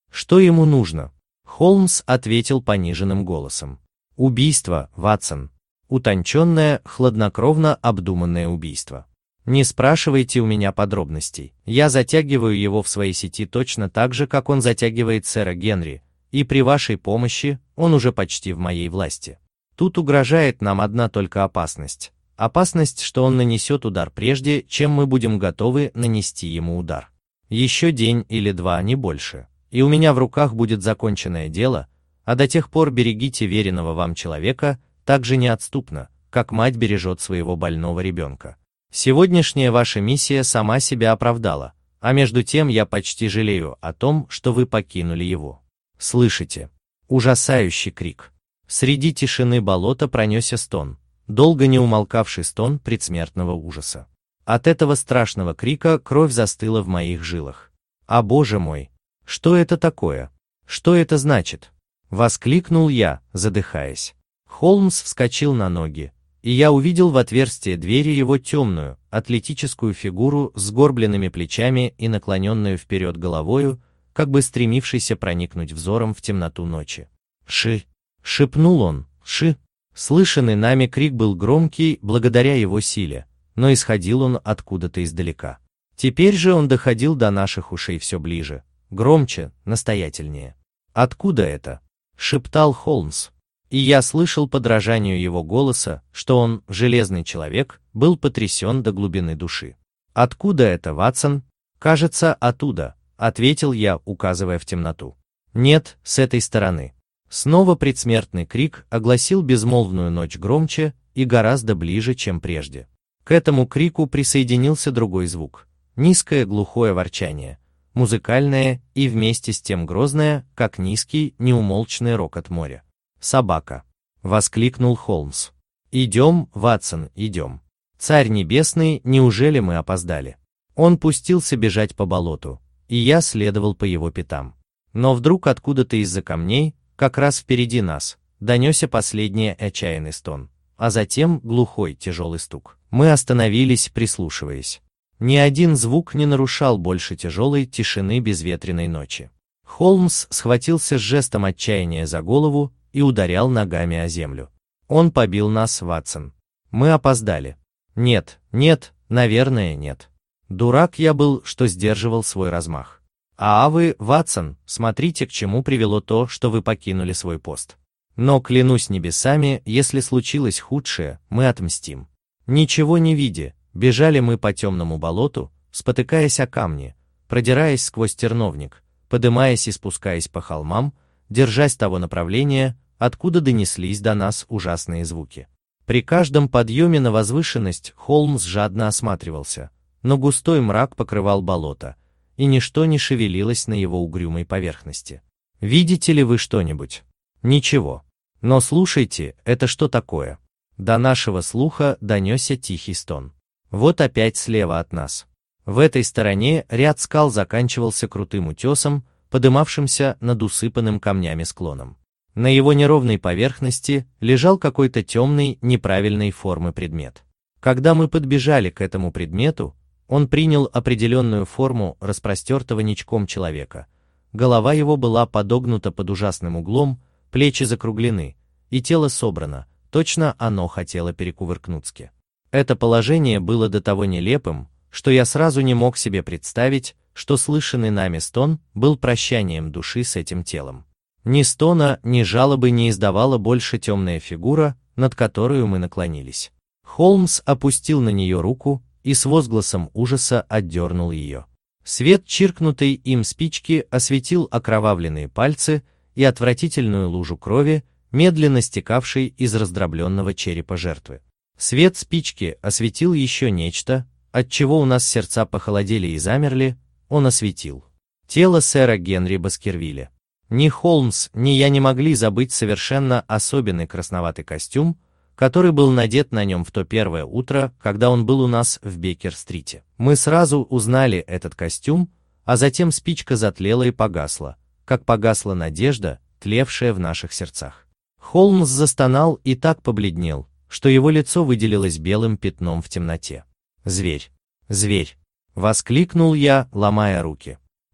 Что ему нужно? Холмс ответил пониженным голосом. Убийство, Ватсон. Утонченное, хладнокровно обдуманное убийство. Не спрашивайте у меня подробностей. Я затягиваю его в свои сети точно так же, как он затягивает сэра Генри, и при вашей помощи он уже почти в моей власти. Тут угрожает нам одна только опасность. Опасность, что он нанесет удар прежде, чем мы будем готовы нанести ему удар. Еще день или два, не больше, и у меня в руках будет законченное дело, а до тех пор берегите веренного вам человека так же неотступно, как мать бережет своего больного ребенка. Сегодняшняя ваша миссия сама себя оправдала, а между тем я почти жалею о том, что вы покинули его. Слышите? Ужасающий крик. Среди тишины болота пронесся стон, долго не умолкавший стон предсмертного ужаса. От этого страшного крика кровь застыла в моих жилах. А боже мой! Что это такое? Что это значит? Воскликнул я, задыхаясь. Холмс вскочил на ноги, и я увидел в отверстие двери его темную, атлетическую фигуру с сгорбленными плечами и наклоненную вперед головою, как бы стремившийся проникнуть взором в темноту ночи. «Ши!» — шепнул он, «Ши!» Слышанный нами крик был громкий благодаря его силе, но исходил он откуда-то издалека. Теперь же он доходил до наших ушей все ближе, громче, настоятельнее. «Откуда это?» — шептал Холмс. И я слышал по дрожанию его голоса, что он, железный человек, был потрясен до глубины души. «Откуда это, Ватсон?» «Кажется, оттуда», — ответил я, указывая в темноту. «Нет, с этой стороны». Снова предсмертный крик огласил безмолвную ночь громче и гораздо ближе, чем прежде. К этому крику присоединился другой звук, низкое глухое ворчание, музыкальное и вместе с тем грозное, как низкий, неумолчный рокот моря. «Собака!» — воскликнул Холмс. «Идем, Ватсон, идем. Царь небесный, неужели мы опоздали?» Он пустился бежать по болоту, и я следовал по его пятам. Но вдруг откуда-то из-за камней, как раз впереди нас, донесся последний отчаянный стон, а затем глухой тяжелый стук. Мы остановились, прислушиваясь. Ни один звук не нарушал больше тяжелой тишины безветренной ночи. Холмс схватился с жестом отчаяния за голову и ударял ногами о землю. Он побил нас, Ватсон. Мы опоздали. Нет, нет, наверное, нет. Дурак я был, что сдерживал свой размах. А вы, Ватсон, смотрите, к чему привело то, что вы покинули свой пост. Но клянусь небесами, если случилось худшее, мы отмстим. Ничего не видя, бежали мы по темному болоту, спотыкаясь о камни, продираясь сквозь терновник, подымаясь и спускаясь по холмам, держась того направления, откуда донеслись до нас ужасные звуки. При каждом подъеме на возвышенность Холмс жадно осматривался, но густой мрак покрывал болото, и ничто не шевелилось на его угрюмой поверхности. «Видите ли вы что-нибудь?» «Ничего. Но слушайте, это что такое?» До нашего слуха донесся тихий стон. Вот опять слева от нас. В этой стороне ряд скал заканчивался крутым утесом, подымавшимся над усыпанным камнями склоном. На его неровной поверхности лежал какой-то темный, неправильной формы предмет. Когда мы подбежали к этому предмету, он принял определенную форму распростертого ничком человека. Голова его была подогнута под ужасным углом, плечи закруглены, и тело собрано, точно оно хотело перекувыркнуться. Это положение было до того нелепым, что я сразу не мог себе представить, что слышанный нами стон был прощанием души с этим телом. Ни стона, ни жалобы не издавала больше темная фигура, над которой мы наклонились. Холмс опустил на нее руку и с возгласом ужаса отдернул ее. Свет чиркнутой им спички осветил окровавленные пальцы и отвратительную лужу крови, медленно стекавшей из раздробленного черепа жертвы. Свет спички осветил еще нечто, отчего у нас сердца похолодели и замерли. Он осветил тело сэра Генри Баскервилля. Ни Холмс, ни я не могли забыть совершенно особенный красноватый костюм, который был надет на нем в то первое утро, когда он был у нас в Бейкер-стрите. Мы сразу узнали этот костюм, а затем спичка затлела и погасла, как погасла надежда, тлевшая в наших сердцах. Холмс застонал и так побледнел, что его лицо выделилось белым пятном в темноте. «Зверь! Зверь!» — воскликнул я, ломая руки.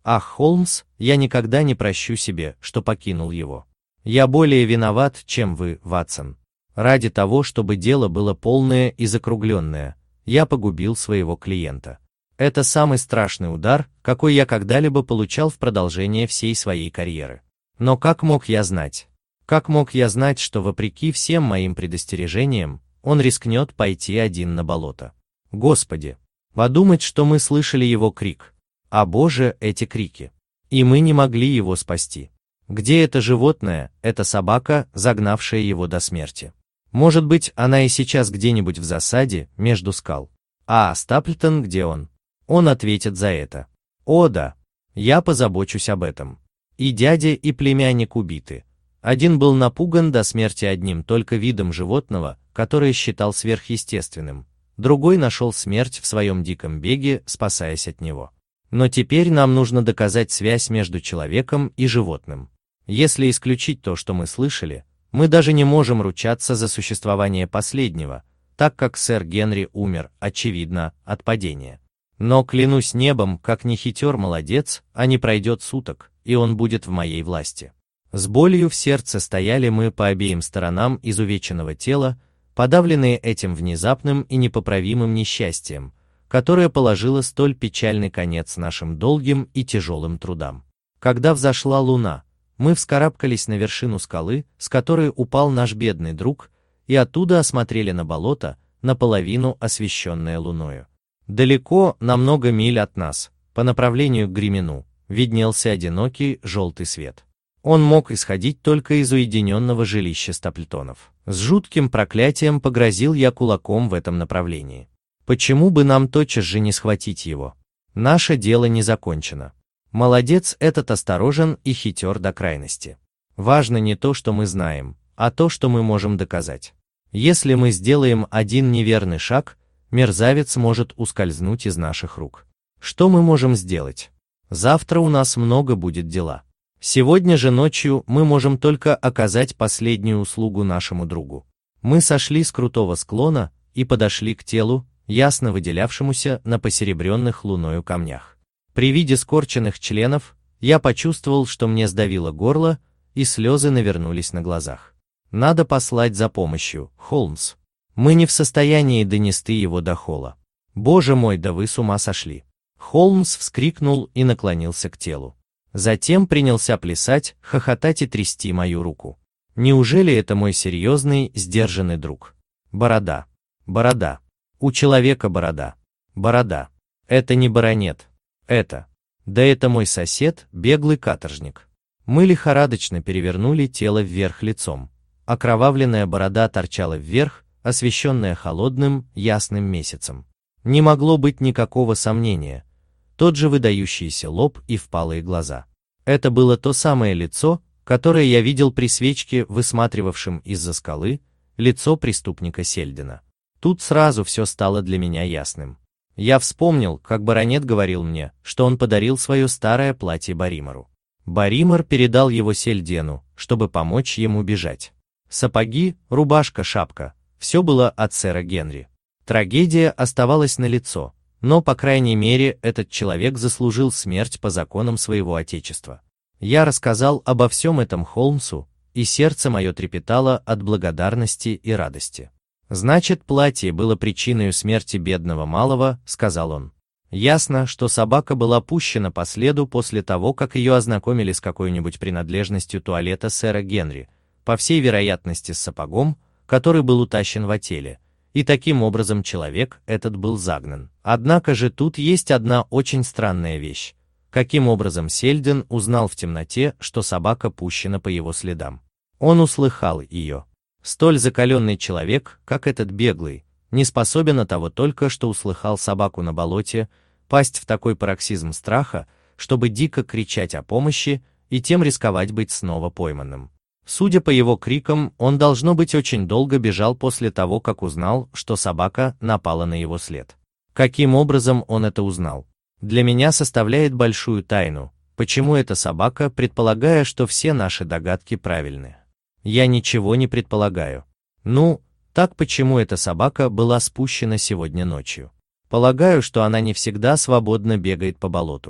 Ах, Холмс, я никогда не прощу себе, что покинул его. Я более виноват, чем вы, Ватсон. Ради того, чтобы дело было полное и закругленное, я погубил своего клиента. Это самый страшный удар, какой я когда-либо получал в продолжение всей своей карьеры. Но как мог я знать? Как мог я знать, что вопреки всем моим предостережениям, он рискнет пойти один на болото? Господи! Подумать, что мы слышали его крик. А Боже, эти крики! И мы не могли его спасти. Где это животное, эта собака, загнавшая его до смерти? Может быть, она и сейчас где-нибудь в засаде, между скал. А Стаплтон, где он? Он ответит за это. О да, я позабочусь об этом. И дядя, и племянник убиты. Один был напуган до смерти одним только видом животного, которое считал сверхъестественным. Другой нашел смерть в своем диком беге, спасаясь от него. Но теперь нам нужно доказать связь между человеком и животным. Если исключить то, что мы слышали, мы даже не можем ручаться за существование последнего, так как сэр Генри умер, очевидно, от падения. Но клянусь небом, как не хитер молодец, а не пройдет суток, и он будет в моей власти. С болью в сердце стояли мы по обеим сторонам изувеченного тела, подавленные этим внезапным и непоправимым несчастьем, которое положило столь печальный конец нашим долгим и тяжелым трудам. Когда взошла луна, мы вскарабкались на вершину скалы, с которой упал наш бедный друг, и оттуда осмотрели на болото, наполовину освещенное луною. Далеко, на много миль от нас, по направлению к Гримину, виднелся одинокий желтый свет. Он мог исходить только из уединенного жилища Стаплтонов. С жутким проклятием погрозил я кулаком в этом направлении. Почему бы нам тотчас же не схватить его? Наше дело не закончено. Молодец этот осторожен и хитер до крайности. Важно не то, что мы знаем, а то, что мы можем доказать. Если мы сделаем один неверный шаг, мерзавец может ускользнуть из наших рук. Что мы можем сделать? Завтра у нас много будет дела. Сегодня же ночью мы можем только оказать последнюю услугу нашему другу. Мы сошли с крутого склона и подошли к телу, ясно выделявшемуся на посеребренных луною камнях. При виде скорченных членов я почувствовал, что мне сдавило горло, и слезы навернулись на глазах. Надо послать за помощью, Холмс. Мы не в состоянии донести его до холла. Боже мой, да вы с ума сошли. Холмс вскрикнул и наклонился к телу. Затем принялся плясать, хохотать и трясти мою руку. Неужели это мой серьезный, сдержанный друг? Борода. Борода. У человека борода. Борода. Это не баронет. Это. Да это мой сосед, беглый каторжник. Мы лихорадочно перевернули тело вверх лицом. Окровавленная борода торчала вверх, освещенная холодным, ясным месяцем. Не могло быть никакого сомнения. Тот же выдающийся лоб и впалые глаза. Это было то самое лицо, которое я видел при свечке, высматривавшем из-за скалы, лицо преступника Сельдена. Тут сразу все стало для меня ясным. Я вспомнил, как баронет говорил мне, что он подарил свое старое платье Барримору. Барримор передал его Сельдену, чтобы помочь ему бежать. Сапоги, рубашка, шапка – все было от сэра Генри. Трагедия оставалась налицо, но, по крайней мере, этот человек заслужил смерть по законам своего отечества. Я рассказал обо всем этом Холмсу, и сердце мое трепетало от благодарности и радости. «Значит, платье было причиной смерти бедного малого», — сказал он. «Ясно, что собака была пущена по следу после того, как ее ознакомили с какой-нибудь принадлежностью туалета сэра Генри, по всей вероятности с сапогом, который был утащен в отеле, и таким образом человек этот был загнан. Однако же тут есть одна очень странная вещь. Каким образом Сельден узнал в темноте, что собака пущена по его следам? Он услыхал ее. Столь закаленный человек, как этот беглый, не способен на того только, что услыхал собаку на болоте, пасть в такой пароксизм страха, чтобы дико кричать о помощи и тем рисковать быть снова пойманным. Судя по его крикам, он, должно быть, очень долго бежал после того, как узнал, что собака напала на его след. Каким образом он это узнал? Для меня составляет большую тайну, почему эта собака, предполагая, что все наши догадки правильны. Я ничего не предполагаю. Ну, так почему эта собака была спущена сегодня ночью? Полагаю, что она не всегда свободно бегает по болоту.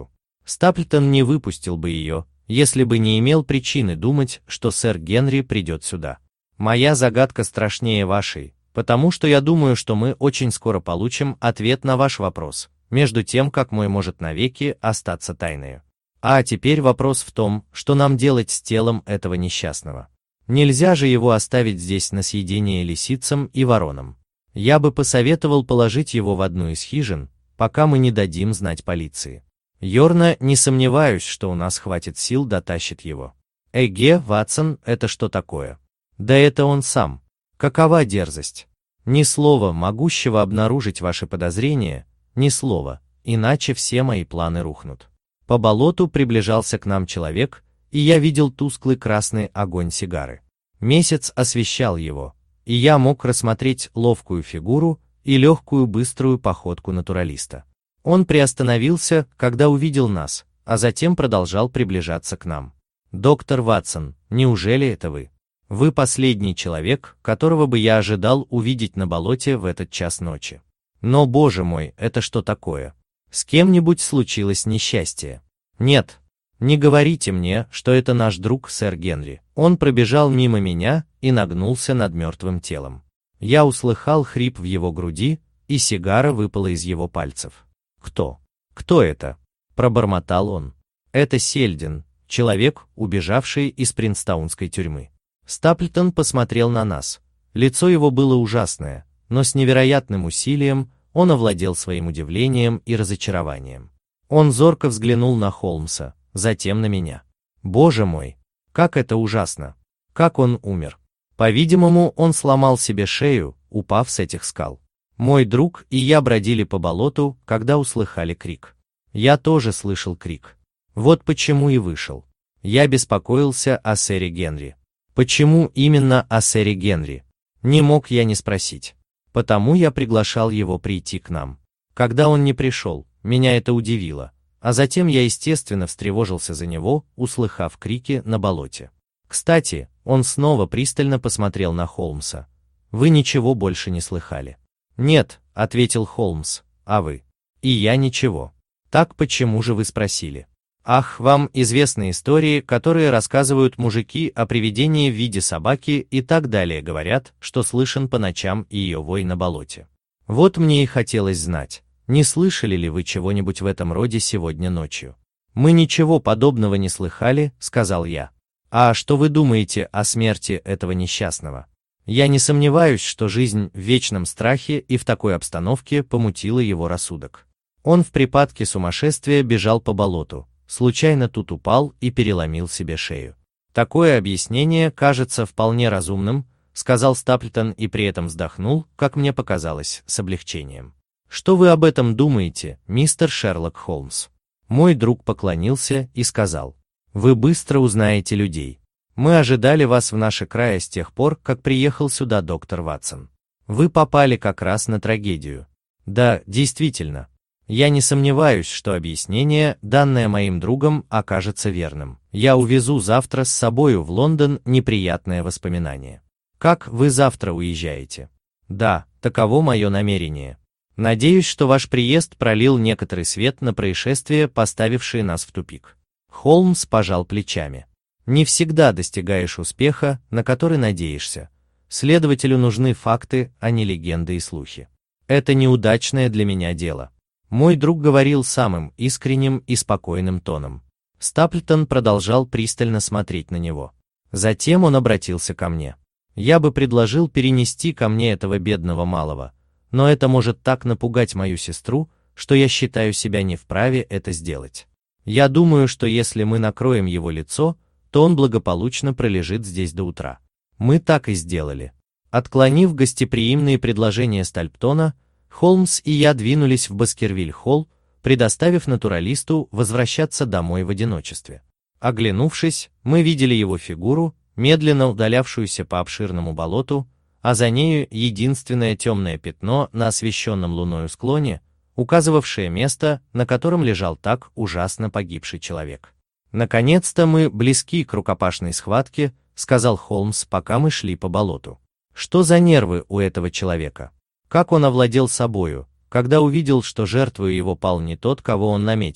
Стаплтон не выпустил бы ее, если бы не имел причины думать, что сэр Генри придет сюда. Моя загадка страшнее вашей, потому что я думаю, что мы очень скоро получим ответ на ваш вопрос, между тем, как мой может навеки остаться тайною. А теперь вопрос в том, что нам делать с телом этого несчастного. Нельзя же его оставить здесь на съедение лисицам и воронам. Я бы посоветовал положить его в одну из хижин, пока мы не дадим знать полиции. Йорна, не сомневаюсь, что у нас хватит сил дотащит его. Эге, Ватсон, это что такое? Да это он сам. Какова дерзость? Ни слова, могущего обнаружить ваши подозрения, ни слова, иначе все мои планы рухнут. По болоту приближался к нам человек, и я видел тусклый красный огонь сигары. Месяц освещал его, и я мог рассмотреть ловкую фигуру и легкую быструю походку натуралиста. Он приостановился, когда увидел нас, а затем продолжал приближаться к нам. «Доктор Ватсон, неужели это вы? Вы последний человек, которого бы я ожидал увидеть на болоте в этот час ночи. Но, боже мой, это что такое? С кем-нибудь случилось несчастье? Нет, не говорите мне, что это наш друг сэр Генри». Он пробежал мимо меня и нагнулся над мертвым телом. Я услыхал хрип в его груди, и сигара выпала из его пальцев. «Кто? Кто это?» – пробормотал он. «Это Сельдин, человек, убежавший из Принстаунской тюрьмы». Стаплтон посмотрел на нас. Лицо его было ужасное, но с невероятным усилием он овладел своим удивлением и разочарованием. Он зорко взглянул на Холмса, затем на меня. «Боже мой, как это ужасно! Как он умер! По-видимому, он сломал себе шею, упав с этих скал. Мой друг и я бродили по болоту, когда услыхали крик. Я тоже слышал крик. Вот почему и вышел. Я беспокоился о сэре Генри. Почему именно о сэре Генри? Не мог я не спросить. Потому я приглашал его прийти к нам. Когда он не пришел, меня это удивило, а затем я естественно встревожился за него, услыхав крики на болоте. Кстати, он снова пристально посмотрел на Холмса. Вы ничего больше не слыхали? «Нет», — ответил Холмс, — «а вы?» «И я ничего». «Так почему же вы спросили?» «Ах, вам известны истории, которые рассказывают мужики о привидении в виде собаки и так далее, говорят, что слышен по ночам ее вой на болоте. Вот мне и хотелось знать, не слышали ли вы чего-нибудь в этом роде сегодня ночью?» «Мы ничего подобного не слыхали», — сказал я. «А что вы думаете о смерти этого несчастного?» Я не сомневаюсь, что жизнь в вечном страхе и в такой обстановке помутила его рассудок. Он в припадке сумасшествия бежал по болоту, случайно тут упал и переломил себе шею. «Такое объяснение кажется вполне разумным», — сказал Стаплтон и при этом вздохнул, как мне показалось, с облегчением. «Что вы об этом думаете, мистер Шерлок Холмс?» Мой друг поклонился и сказал: «Вы быстро узнаете людей. Мы ожидали вас в наши края с тех пор, как приехал сюда доктор Ватсон. Вы попали как раз на трагедию». Да, действительно. Я не сомневаюсь, что объяснение, данное моим другом, окажется верным. Я увезу завтра с собою в Лондон неприятное воспоминание. Как вы завтра уезжаете? Да, таково мое намерение. Надеюсь, что ваш приезд пролил некоторый свет на происшествие, поставившее нас в тупик. Холмс пожал плечами. Не всегда достигаешь успеха, на который надеешься. Следователю нужны факты, а не легенды и слухи. Это неудачное для меня дело. Мой друг говорил самым искренним и спокойным тоном. Стаплтон продолжал пристально смотреть на него. Затем он обратился ко мне. Я бы предложил перенести ко мне этого бедного малого, но это может так напугать мою сестру, что я считаю себя не вправе это сделать. Я думаю, что если мы накроем его лицо, то он благополучно пролежит здесь до утра. Мы так и сделали. Отклонив гостеприимные предложения Стаплтона, Холмс и я двинулись в Баскервиль-холл, предоставив натуралисту возвращаться домой в одиночестве. Оглянувшись, мы видели его фигуру, медленно удалявшуюся по обширному болоту, а за нею единственное темное пятно на освещенном луною склоне, указывавшее место, на котором лежал так ужасно погибший человек. «Наконец-то мы близки к рукопашной схватке», — сказал Холмс, пока мы шли по болоту. «Что за нервы у этого человека? Как он овладел собою, когда увидел, что жертвой его пал не тот, кого он наметил,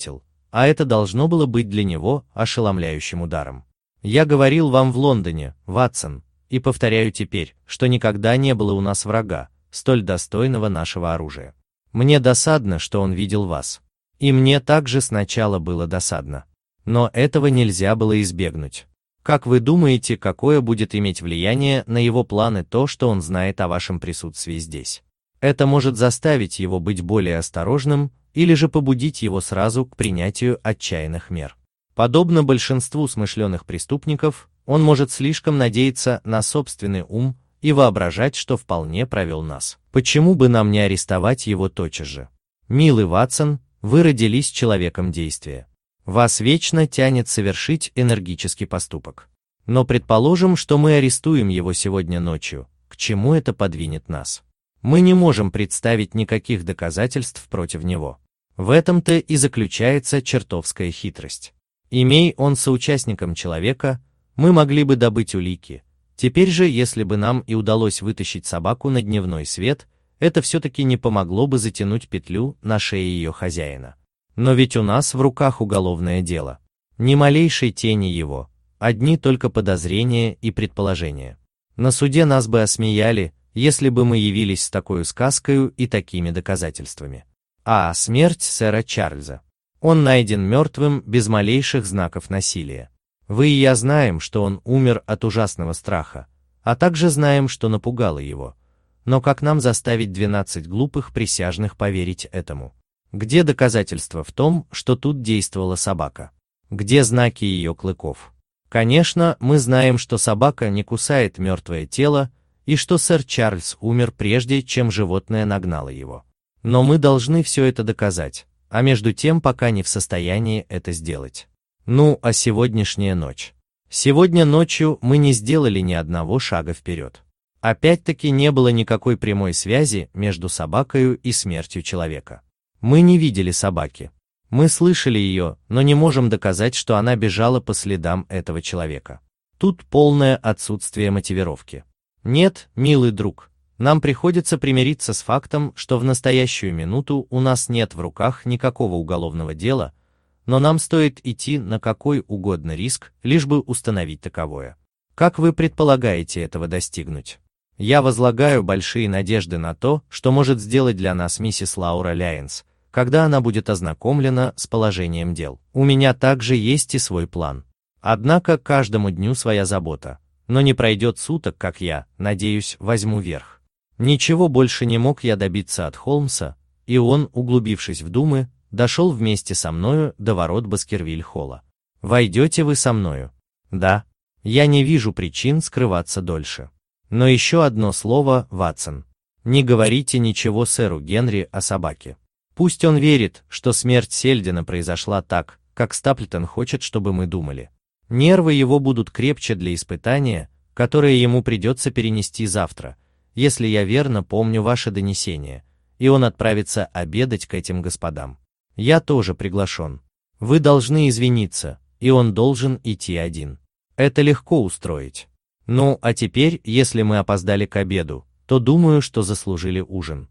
а это должно было быть для него ошеломляющим ударом. Я говорил вам в Лондоне, Ватсон, и повторяю теперь, что никогда не было у нас врага, столь достойного нашего оружия. Мне досадно, что он видел вас. И мне также сначала было досадно. Но этого нельзя было избегнуть. Как вы думаете, какое будет иметь влияние на его планы то, что он знает о вашем присутствии здесь? Это может заставить его быть более осторожным или же побудить его сразу к принятию отчаянных мер. Подобно большинству смышленых преступников, он может слишком надеяться на собственный ум и воображать, что вполне провел нас. Почему бы нам не арестовать его тотчас же? Милый Ватсон, вы родились человеком действия. Вас вечно тянет совершить энергический поступок. Но предположим, что мы арестуем его сегодня ночью, к чему это подвинет нас? Мы не можем представить никаких доказательств против него. В этом-то и заключается чертовская хитрость. Имей он соучастником человека, мы могли бы добыть улики. Теперь же, если бы нам и удалось вытащить собаку на дневной свет, это все-таки не помогло бы затянуть петлю на шее ее хозяина. Но ведь у нас в руках уголовное дело. Ни малейшей тени его, одни только подозрения и предположения. На суде нас бы осмеяли, если бы мы явились с такой сказкою и такими доказательствами. А смерть сэра Чарльза. Он найден мертвым без малейших знаков насилия. Вы и я знаем, что он умер от ужасного страха, а также знаем, что напугало его. Но как нам заставить 12 глупых присяжных поверить этому? Где доказательства в том, что тут действовала собака? Где знаки ее клыков? Конечно, мы знаем, что собака не кусает мертвое тело, и что сэр Чарльз умер прежде, чем животное нагнало его. Но мы должны все это доказать, а между тем пока не в состоянии это сделать. Ну, а сегодняшняя ночь? Сегодня ночью мы не сделали ни одного шага вперед. Опять-таки не было никакой прямой связи между собакою и смертью человека. Мы не видели собаки. Мы слышали ее, но не можем доказать, что она бежала по следам этого человека. Тут полное отсутствие мотивировки. Нет, милый друг, нам приходится примириться с фактом, что в настоящую минуту у нас нет в руках никакого уголовного дела, но нам стоит идти на какой угодно риск, лишь бы установить таковое. Как вы предполагаете этого достигнуть? Я возлагаю большие надежды на то, что может сделать для нас миссис Лаура Лайенс, когда она будет ознакомлена с положением дел. У меня также есть и свой план. Однако каждому дню своя забота, но не пройдет суток, как я, надеюсь, возьму верх. Ничего больше не мог я добиться от Холмса, и он, углубившись в думы, дошел вместе со мною до ворот Баскервиль-холла. Войдете вы со мною? Да. Я не вижу причин скрываться дольше. Но еще одно слово, Ватсон. Не говорите ничего сэру Генри о собаке. Пусть он верит, что смерть Сельдена произошла так, как Стаплтон хочет, чтобы мы думали. Нервы его будут крепче для испытания, которое ему придется перенести завтра, если я верно помню ваше донесение, и он отправится обедать к этим господам. Я тоже приглашен. Вы должны извиниться, и он должен идти один. Это легко устроить. Ну, а теперь, если мы опоздали к обеду, то думаю, что заслужили ужин.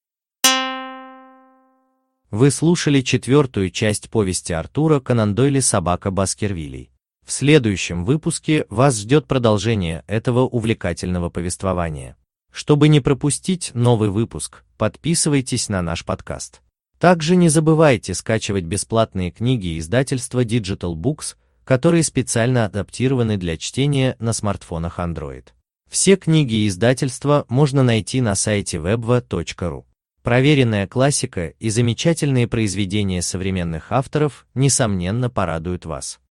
Вы слушали 4-ю часть повести Артура Конан Дойля «Собака Баскервилей». В следующем выпуске вас ждет продолжение этого увлекательного повествования. Чтобы не пропустить новый выпуск, подписывайтесь на наш подкаст. Также не забывайте скачивать бесплатные книги издательства Digital Books, которые специально адаптированы для чтения на смартфонах Android. Все книги издательства можно найти на сайте webva.ru. Проверенная классика и замечательные произведения современных авторов, несомненно, порадуют вас.